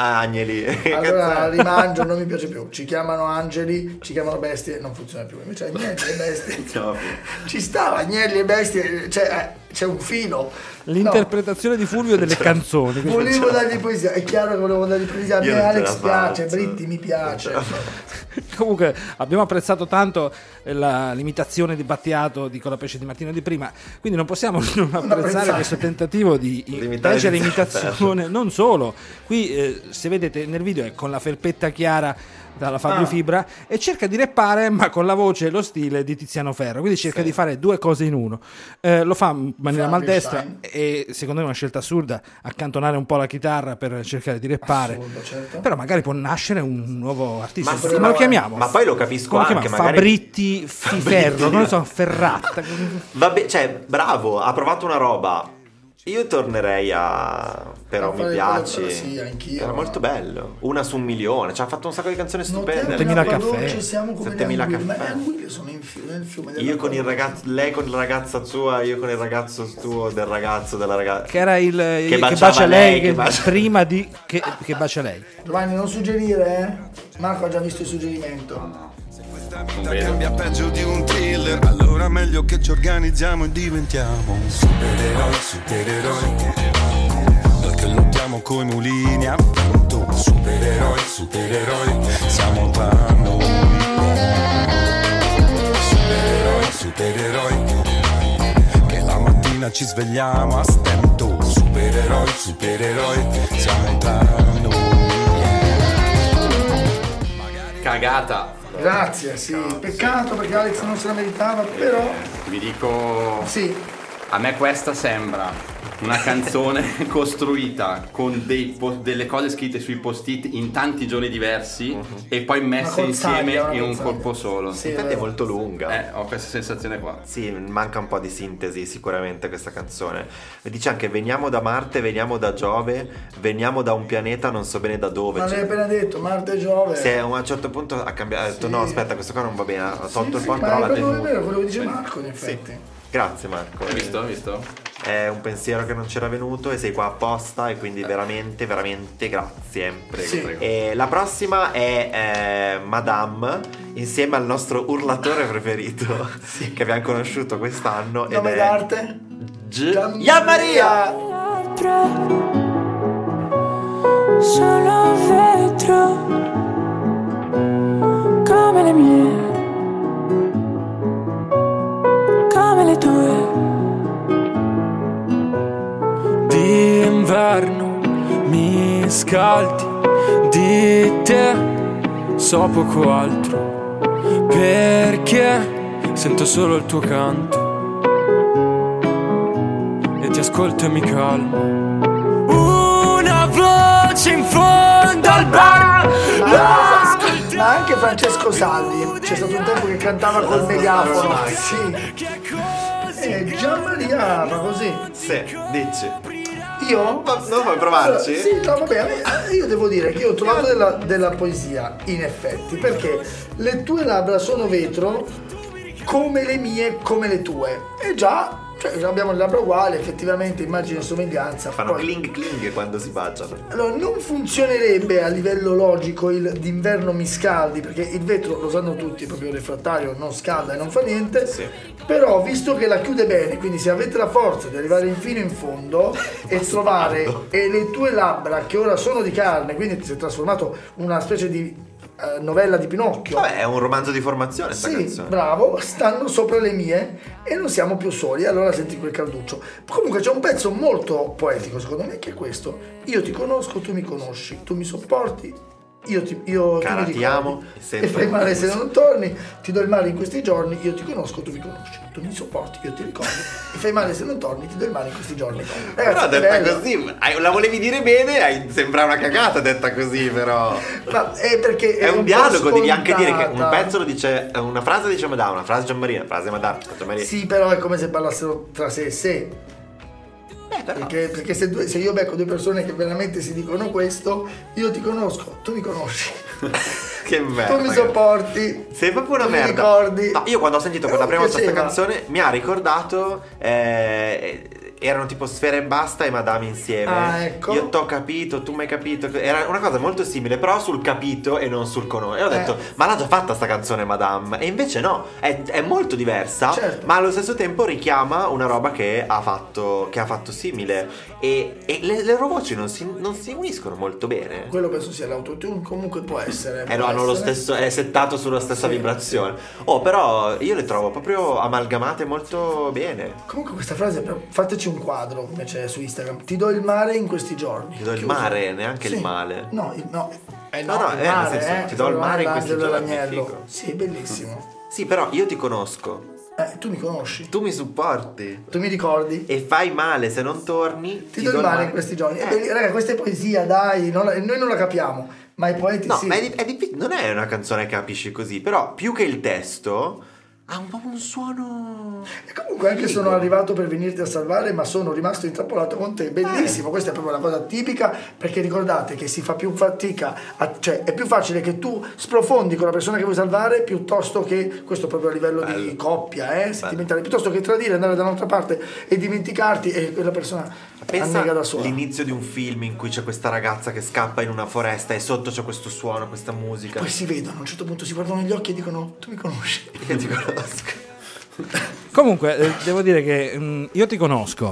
Allora rimangio, non mi piace più. Ci chiamano angeli, ci chiamano bestie, non funziona più. Invece agnelli e bestie. Ci stava agnelli e bestie. Cioè, c'è un filo. L'interpretazione di Fulvio delle canzoni. Volevo dargli poesia, è chiaro che volevo dargli poesia. A me Alex piace, Britti mi piace. Comunque abbiamo apprezzato tanto l'imitazione di Battiato di Colapesce di Martino di prima, quindi non possiamo non apprezzare questo tentativo di leggere imitazione. Non solo, qui se vedete nel video è con la felpetta chiara dalla Fabio Fibra e cerca di rappare ma con la voce e lo stile di Tiziano Ferro, quindi cerca di fare due cose in uno. Lo fa in maniera maldestra e secondo me è una scelta assurda accantonare un po' la chitarra per cercare di rappare. Assurdo, certo. Però magari può nascere un nuovo artista. Ma come lo chiamiamo? Ma poi lo capisco come anche magari Fabritti Ferro, non lo so, Ferratta. Vabbè, cioè bravo, ha provato una roba. Io tornerei però mi piace. Sì, anch'io. Era molto bello. Una su 1 milione. Ci ha fatto un sacco di canzoni stupende. 7000 caffè. Siamo come 7000 caffè. Ma le anguille sono nel fiume. Io con il ragazzo, lei con la ragazza sua, io con il ragazzo tuo, del ragazzo della ragazza. Che era il che bacia lei, prima di che bacia lei. Giovanni, non suggerire, Marco ha già visto il suggerimento. Questa vita cambia peggio di un thriller, allora meglio che ci organizziamo e diventiamo supereroi. Noi che lottiamo coi mulini a vento, supereroi, siamo tra noi. Supereroi, che la mattina ci svegliamo a stento, supereroi, siamo tra noi. Cagata. Grazie, sì. Peccato perché Alex non se la meritava, però. Vi dico. Sì. A me questa sembra una canzone costruita con delle cose scritte sui post-it in tanti giorni diversi e poi messe insieme in un colpo solo. Sì, infatti è molto lunga. Ho questa sensazione qua. Sì, manca un po' di sintesi sicuramente questa canzone. Dice anche veniamo da Marte, veniamo da Giove, veniamo da un pianeta non so bene da dove. Ma l'hai appena detto, Marte e Giove. Se a un certo punto ha cambiato, ha detto no aspetta, questo qua non va bene, ha tolto il controllo. Ma è proprio vero quello che dice Marco, in effetti. Grazie Marco. Hai visto? È un pensiero che non c'era venuto e sei qua apposta e quindi veramente grazie. Prego. E la prossima è Madame insieme al nostro urlatore preferito che abbiamo conosciuto quest'anno. Nome d'arte? Gianmaria. Sono vetro come le mie, come le tue. D'inverno mi scaldi, di te so poco altro, perché sento solo il tuo canto e ti ascolto e mi calmo. Una voce in fondo al bar. Ma anche Francesco Salvi, c'è stato un tempo che cantava col megafono. Sì. Gianmaria fa così. Sì, dici. Io? Non vuoi provarci? Sì, no, vabbè, io devo dire che io ho trovato della poesia, in effetti, perché le tue labbra sono vetro come le mie, come le tue. E già, cioè, abbiamo le labbra uguali, effettivamente, immagine e somiglianza. Fanno poi, cling quando si baciano. Allora, non funzionerebbe a livello logico il d'inverno mi scaldi, perché il vetro, lo sanno tutti, è proprio refrattario, non scalda e non fa niente. Sì. Però, visto che la chiude bene, quindi se avete la forza di arrivare fino in fondo e trovare le tue labbra, che ora sono di carne, quindi ti sei trasformato in una specie di novella di Pinocchio. Vabbè, è un romanzo di formazione sta canzone. Bravo, stanno sopra le mie e non siamo più soli, allora senti quel calduccio. Comunque c'è un pezzo molto poetico secondo me, che è questo: io ti conosco, tu mi conosci, tu mi sopporti, cara, ti amo e fai male se non torni, ti do il male in questi giorni, io ti conosco, tu mi conosci, tu mi sopporti, io ti ricordo e fai male se non torni, ti do il male in questi giorni. Ragazzi, però detta così, la volevi dire bene, sembra una cagata detta così, però ma è perché è un dialogo, devi anche dire che un pezzo lo dice, una frase dice Madame, una frase Gianmaria, una frase Madame. Sì, però è come se parlassero tra sé e sé. Perché se io becco due persone che veramente si dicono questo, io ti conosco, tu mi conosci. Che merda. Tu mi sopporti. Sei proprio una merda. Mi ricordi. No, io quando ho sentito per la prima volta questa canzone mi ha ricordato erano tipo Sfera e Basta e Madame insieme. Ecco. Io t'ho capito, tu mi hai capito. Era una cosa molto simile, però sul capito e non sul conoscere. E ho detto, ma l'ha già fatta sta canzone Madame? E invece no, è molto diversa, certo. Ma allo stesso tempo richiama una roba che ha fatto simile. E le loro voci non si uniscono molto bene. Quello penso sia l'autotune, comunque può essere. Hanno lo stesso, è settato sulla stessa vibrazione. Però io le trovo proprio amalgamate molto bene. Comunque questa frase, fateci un quadro invece su Instagram. Ti do il mare in questi giorni. Ti do il mare, neanche il male. No. Ti do il mare in questi giorni. Sì, bellissimo. Sì, però io ti conosco. Tu mi conosci. Tu mi supporti. Tu mi ricordi. E fai male se non torni. Ti do il mare in questi giorni. Raga, questa è poesia, dai. Noi non la capiamo. Ma i poeti no, sì. Ma è difficile. Non è una canzone che capisci così. Però più che il testo ha un po' un suono. E comunque anche sono arrivato per venirti a salvare, ma sono rimasto intrappolato con te. Bellissimo, questa è proprio una cosa tipica, perché ricordate che si fa più fatica, cioè è più facile che tu sprofondi con la persona che vuoi salvare piuttosto che, questo proprio a livello di coppia, sentimentale, piuttosto che tradire, andare da un'altra parte e dimenticarti e quella persona annega da sola. L'inizio di un film in cui c'è questa ragazza che scappa in una foresta e sotto c'è questo suono, questa musica. Poi si vedono, a un certo punto si guardano negli occhi e dicono: tu mi conosci. Io ti conosco. Comunque devo dire che io ti conosco.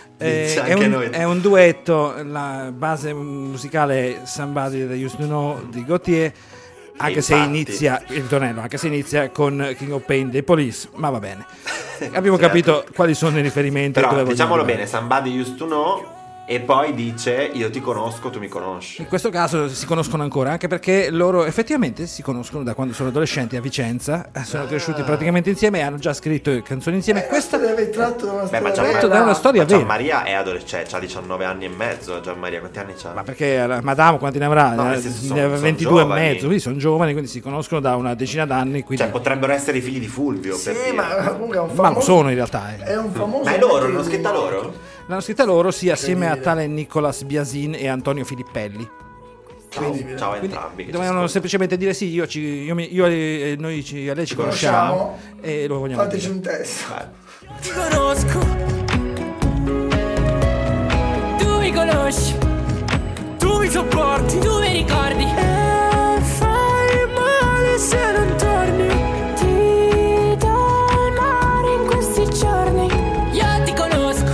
È un duetto, la base musicale Somebody That Used to Know di Gautier, anche se inizia il ritornello, anche se inizia con King of Pain dei Police, ma va bene. Abbiamo capito quali sono i riferimenti. Però diciamolo bene, Somebody Used to Know e poi dice io ti conosco, tu mi conosci. In questo caso si conoscono ancora, anche perché loro effettivamente si conoscono da quando sono adolescenti a Vicenza, sono cresciuti praticamente insieme e hanno già scritto canzoni insieme. Questa deve tratto da una storia. Tratto da una storia vera. Gianmaria è adolescente, ha 19 anni e mezzo. Gianmaria, quanti anni c'ha? Ma perché Madame quanti ne avrà? No, nel senso, ne aveva sono 22 giovani. e mezzo, quindi sono giovani, quindi si conoscono da una decina d'anni. Quindi... Cioè potrebbero essere i figli di Fulvio. Sì, per dire. ma comunque è un Ma famoso. lo sono in realtà. È un famoso. Ma è loro, l'hanno scritta loro? L'hanno scritta loro, sì, assieme a tale Nicolas Biasin e Antonio Filippelli. Ciao a entrambi. che ci Dovevano ascoltano. semplicemente dire sì, io e lei ci conosciamo e lo vogliamo Fateci dire. un test. Ti conosco, tu mi conosci, tu mi sopporti, tu mi ricordi e fai male se non torni. Ti do il mare in questi giorni. Io ti conosco,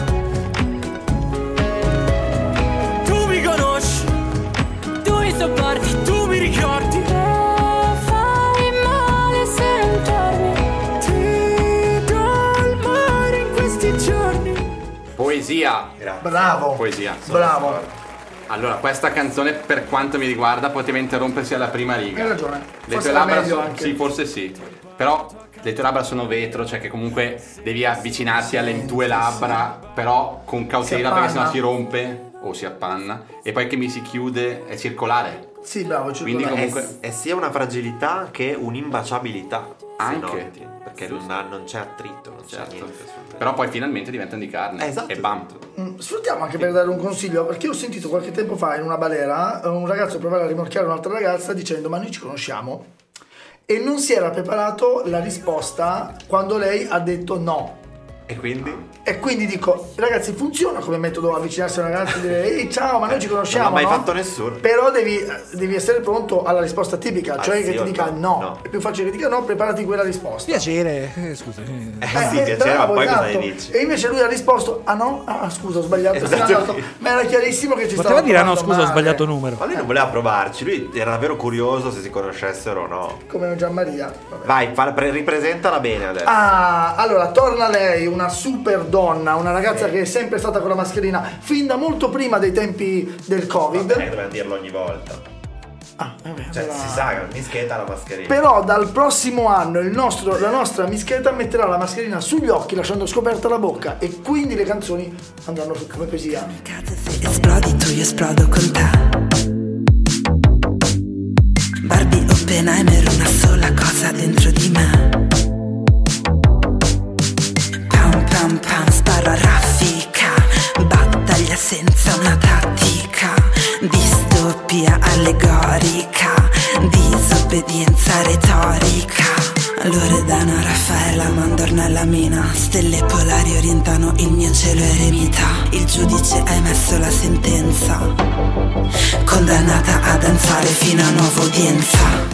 tu mi conosci, tu mi sopporti, tu mi ricordi e fai male se non torni. Ti do il mare in questi giorni. Poesia. Bravo. Poesia. Bravo. Allora, questa canzone per quanto mi riguarda poteva interrompersi alla prima riga. Hai ragione. Le Forse tue era labbra meglio sono, anche. sì, forse sì. Però le tue labbra sono vetro, cioè che comunque devi avvicinarti alle tue labbra, però con cautela perché sennò appanna. si rompe o si appanna. E poi che mi si chiude è circolare. Sì, bravo, Quindi circolare. comunque- È sia una fragilità che un'imbaciabilità. se Anche. noti, perché non c'è attrito, non c'è Certo. niente sul Però poi finalmente diventano di carne. Esatto. E bam. Sfruttiamo anche per dare un consiglio, perché io ho sentito qualche tempo fa in una balera un ragazzo provare a rimorchiare un'altra ragazza dicendo ma noi ci conosciamo, e non si era preparato la risposta quando lei ha detto no. E quindi? E quindi dico, ragazzi, funziona come metodo avvicinarsi a una ragazza e dire ehi ciao, ma noi ci conosciamo, Non l'ha mai no? fatto nessuno. Però devi essere pronto alla risposta tipica, cioè che sì ti o dica no? no. No. È più facile che dica no, preparati quella risposta. Piacere, scusa. Sì, piacere, ma bravo, poi cosa esatto. ne dici? E invece lui ha risposto ah no? Ah scusa, ho sbagliato. Esatto. Se n'è andato. Ma era chiarissimo che ci Poteva stava dire ah no, provando scusa, ho male. sbagliato numero. Ma lui non voleva provarci, lui era davvero curioso se si conoscessero o no. Come Gianmaria. Vabbè. Vai, ripresentala bene adesso. Ah, allora torna lei, una super donna, una ragazza che è sempre stata con la mascherina fin da molto prima dei tempi del Covid. Dobbiamo dirlo ogni volta. Ah, vabbè, Cioè, allora- si sa che Mischeta ha la mascherina. Però dal prossimo anno la nostra Mischeta metterà la mascherina sugli occhi lasciando scoperta la bocca, e quindi le canzoni andranno come poesia. Se esplodi tu io esplodo con te. Barbie Oppenheimer, una sola cosa dentro di me. Pam pam pam, sparo a raffica. Battaglia senza una tattica. Distopia allegorica. Disobbedienza retorica. Loredana, Raffaella, Mandornella, Mina. Stelle polari orientano il mio cielo eremita. Il giudice ha emesso la sentenza. Condannata a danzare fino a nuova udienza.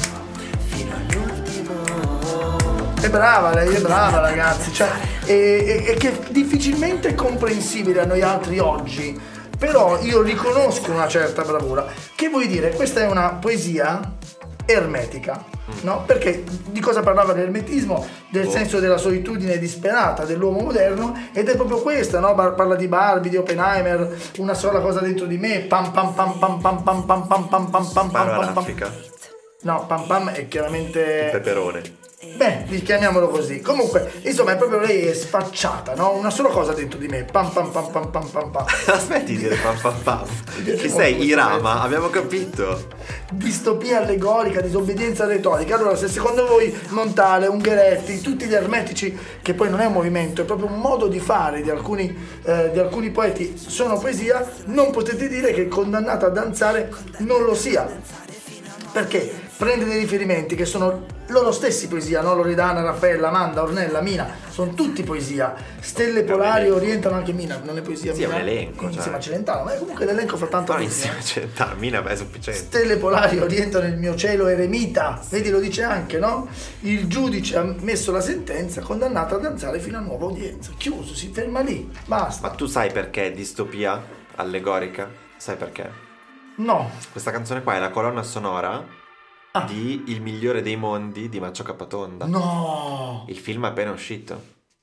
È brava lei, è brava ragazzi, cioè, e che difficilmente è comprensibile a noi altri oggi, però io riconosco una certa bravura. Che vuoi dire? Questa è una poesia ermetica, no? Perché di cosa parlava l'ermetismo? Del senso della solitudine disperata dell'uomo moderno, ed è proprio questa, no? Parla di Barbie, di Oppenheimer, una sola cosa dentro di me, pam pam pam pam pam pam pam pam pam pam pam Sparo pam a pam. raffica. No, pam pam è chiaramente Peperone. beh, chiamiamolo così. Comunque, insomma, è proprio lei è sfacciata, no? Una sola cosa dentro di me. Pam pam pam pam pam pam pam. Aspetti di dire pam pam pam. Chi sei? Irama? Abbiamo capito. Distopia allegorica, disobbedienza retorica. Allora, se secondo voi Montale, Ungheretti, tutti gli ermetici, che poi non è un movimento, è proprio un modo di fare di alcuni poeti, sono poesia, non potete dire che Condannata a danzare non lo sia. Perché prende dei riferimenti che sono loro stessi poesia, no? Loredana, Raffaella, Amanda, Ornella, Mina, sono tutti poesia. Stelle polari orientano anche Mina, non è poesia. Sì, è Mina? un elenco, Insieme cioè. a Celentano, ma comunque l'elenco fa tanta No, poesia. insieme c'è Mina, beh, è sufficiente. Stelle polari orientano il mio cielo eremita, vedi, lo dice anche, no? Il giudice ha messo la sentenza, condannata a danzare fino a nuova udienza. Chiuso, si ferma lì, basta. Ma tu sai perché è distopia allegorica? Sai perché? No. Questa canzone qua è la colonna sonora di Il migliore dei mondi di Maccio Capatonda. No. Il film è appena uscito.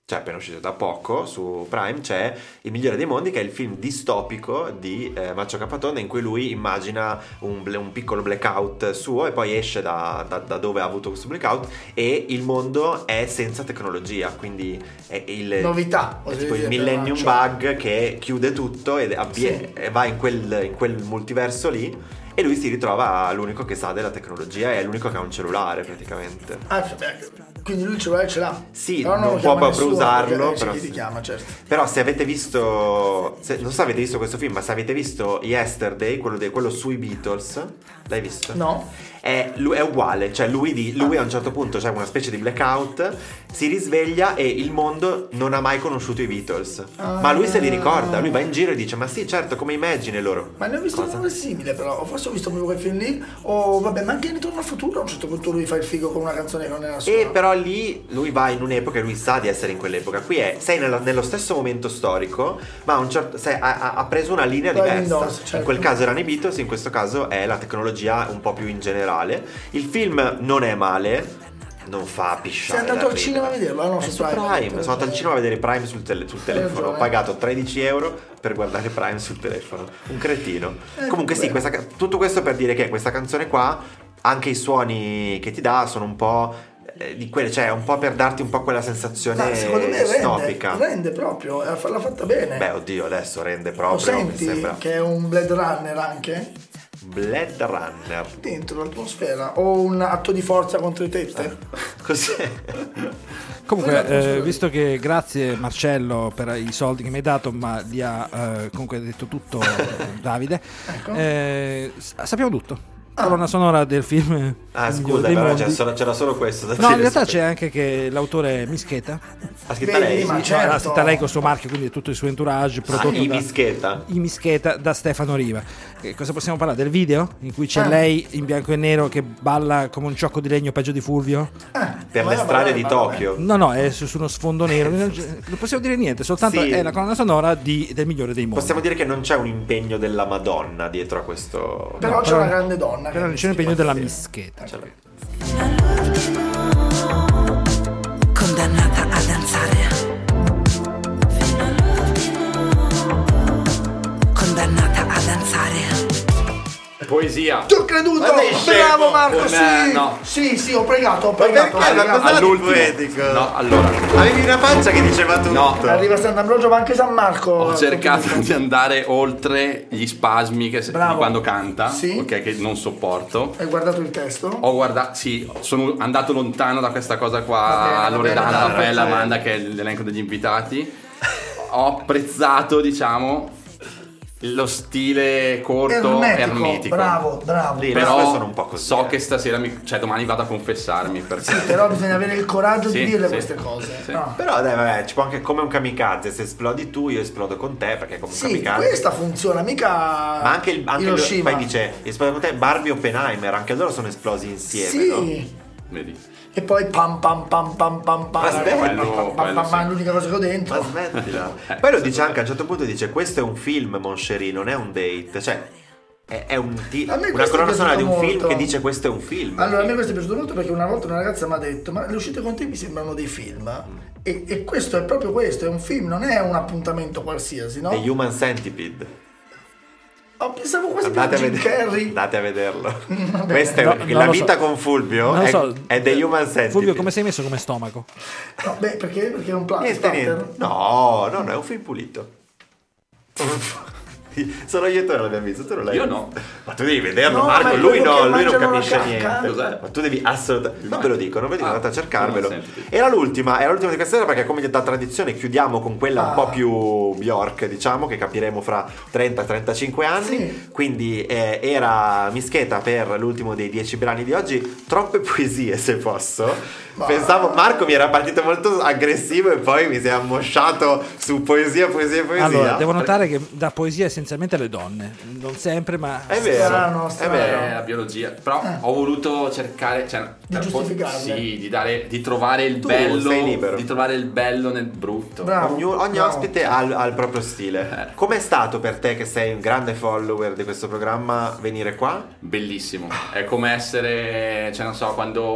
cioè appena uscito da poco su Prime, c'è Il migliore dei mondi, che è il film distopico di Maccio Capatonda, in cui lui immagina un piccolo blackout suo e poi esce da dove ha avuto questo blackout e il mondo è senza tecnologia, quindi è novità, è tipo il Millennium Bug che chiude tutto e va in quel multiverso lì. E lui si ritrova l'unico che sa della tecnologia e è l'unico che ha un cellulare praticamente. Quindi lui il cellulare ce l'ha. Sì, non può proprio usarlo. Però ti chiama, certo. Però se avete visto, non so se avete visto questo film, ma se avete visto Yesterday, quello sui Beatles, l'hai visto? No. È uguale, cioè lui a un certo punto c'è una specie di blackout, si risveglia e il mondo non ha mai conosciuto i Beatles, ma lui se li ricorda, lui va in giro e dice ma sì certo, come Imagine loro. Ma ne ho visto uno simile, però forse ho visto proprio quel film lì, o vabbè, ma anche in Ritorno al futuro a un certo punto lui fa il figo con una canzone che non è la sua. E però lì lui va in un'epoca e lui sa di essere in quell'epoca, qui sei nello stesso momento storico, ma ha preso una linea diversa, certo. In quel caso erano i Beatles, in questo caso è la tecnologia un po' più in generale. Il film non è male, non fa pisciare. Sei andato al cinema a vederlo? No, su Prime. Sono andato al cinema a vedere Prime sul telefono. Ho pagato 13 euro per guardare Prime sul telefono. Un cretino. Comunque sì, tutto questo per dire che questa canzone qua, anche i suoni che ti dà sono un po' di quelle, cioè un po' per darti un po' quella sensazione secondo me distopica. Rende proprio, l'ha fatta bene. Beh, oddio, adesso rende proprio. Lo senti sembra... che è un Blade Runner anche? Blade Runner dentro l'atmosfera o un atto di forza contro i tette? Cos'è? Comunque visto che grazie Marcello per i soldi che mi hai dato, ma li ha comunque detto tutto Davide, ecco. Sappiamo tutto. Colonna sonora del film. Scusa, però c'era solo questo da dire. No, in realtà c'è anche che l'autore è Mischeta. Ha scritto lei? Certo. Ha scritto lei con il suo marchio, quindi tutto il suo entourage prodotto I Mischeta da Stefano Riva. Cosa possiamo parlare? Del video in cui c'è lei in bianco e nero che balla come un ciocco di legno peggio di Fulvio? Per le strade di Tokyo. No, è su uno sfondo nero. Non possiamo dire niente, soltanto è la colonna sonora del migliore dei mondi. Possiamo dire che non c'è un impegno della Madonna dietro a questo. Però c'è una grande donna. Però non c'è un impegno della Mischeta. Condannata a danzare. Condannata a danzare. Poesia. Ti ho creduto. Bravo Marco, sì, ho pregato. Perché all'ultimo. No, allora. Avevi una faccia che diceva tutto. No. Arriva Sant'Ambrogio, ma anche San Marco. Ho cercato di andare oltre gli spasmi di quando canta, ok, che non sopporto. Hai guardato il testo? Ho guardato, sì, sono andato lontano da questa cosa qua. Loredana, Raffaella, Amanda, che è l'elenco degli invitati. Ho apprezzato, diciamo, lo stile corto, ermetico. Bravo. Però sono un po' così, so che stasera, domani vado a confessarmi. Perché... Sì, però bisogna avere il coraggio di dirle queste cose. Sì. No. Però dai, vabbè, ci può anche come un kamikaze. Se esplodi tu, io esplodo con te, perché come un kamikaze. Questa funziona, mica. Ma anche Hiroshima. poi dice esplodo con te, Barbie e Oppenheimer, anche loro sono esplosi insieme, sì. No? Vedi. E poi pam. L'unica cosa che ho dentro. Ma smettila. Poi lo dice anche a un certo punto, dice questo è un film, Mon Chéri, non è un date. Cioè è una colonna sonora di un film che dice questo è un film. Allora a me questo è piaciuto molto perché una volta una ragazza mi ha detto ma le uscite con te mi sembrano dei film. E questo è proprio questo, è un film, non è un appuntamento qualsiasi, no? The Human Centipede. Pensavo quasi a Jim Carrey. Andate a vederlo. Questa è la vita con Fulvio. È The Human Centipede. Fulvio, come sei messo come stomaco? No, perché è un plan. No, è un film pulito. Solo io e te non l'abbiamo visto, tu non l'hai visto? Io no. Ma tu devi vederlo, Marco, lui non capisce niente. Cos'è? Ma tu devi assolutamente. Non ve lo dico, andate a cercarvelo. Era l'ultima di questa sera perché come da tradizione chiudiamo con quella un po' più Bjork, diciamo, che capiremo fra 30-35 anni. Sì. Quindi era Mischeta per l'ultimo dei 10 brani di oggi. Troppe poesie, se posso. Pensavo, Marco mi era partito molto aggressivo e poi mi si è ammosciato su poesia. Allora, devo notare che da poesia essenzialmente alle donne, non sempre, ma è vero, è vero. La biologia, però ho voluto cercare, di giustificarle. Sì, di trovare il bello, sei libero. Di trovare il bello nel brutto. Ogni ospite ha il proprio stile. Com'è stato per te, che sei un grande follower di questo programma, venire qua? Bellissimo. È come essere, non so, quando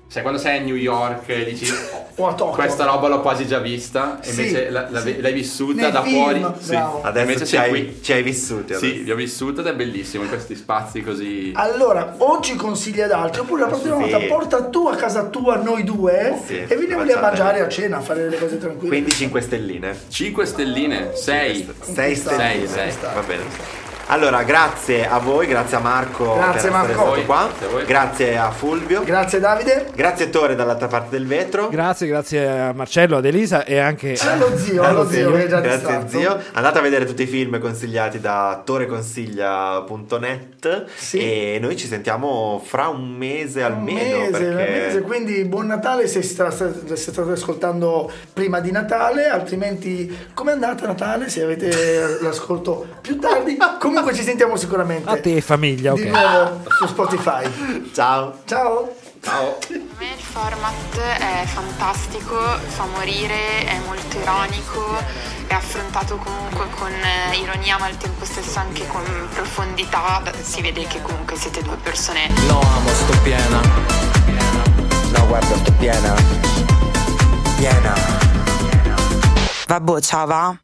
Cioè, quando sei a New York e dici O a Tokyo. questa roba l'ho quasi già vista, e invece l'hai vissuta Nel da film, fuori. bravo. Sì. Adesso Invece ci sei qui. hai vissuti. Sì, li ho vissuti ed è bellissimo in questi spazi così. Allora, o ci consigli ad altri, oppure la prossima volta porta tu a casa tua noi due Sì, e veniamo lì a facciamo mangiare bene. a cena, a fare delle cose tranquille. Quindi 5 stelline. 5 stelline, 6. 6 stelline. sei. Va bene. Allora, grazie a voi, grazie a Marco Grazie, per essere Marco. stato qua. Grazie a voi. Grazie a Fulvio. Grazie Davide. Grazie a Tore dall'altra parte del vetro. Grazie a Marcello, ad Elisa e anche C'è lo zio che è già Grazie distratto. zio. Andate a vedere tutti i film consigliati da toreconsiglia.net e noi ci sentiamo fra un mese almeno. Un mese, quindi buon Natale se state ascoltando prima di Natale, altrimenti com'è andata Natale se avete l'ascolto più tardi. Comunque ci sentiamo sicuramente a te famiglia, ok. di nuovo su Spotify. Ciao. Ciao. Ciao. Per me il format è fantastico, fa morire, è molto ironico, è affrontato comunque con ironia ma al tempo stesso anche con profondità. Si vede che comunque siete due persone. No amo, sto piena. No guarda, sto piena. Piena. Vabbè, ciao va.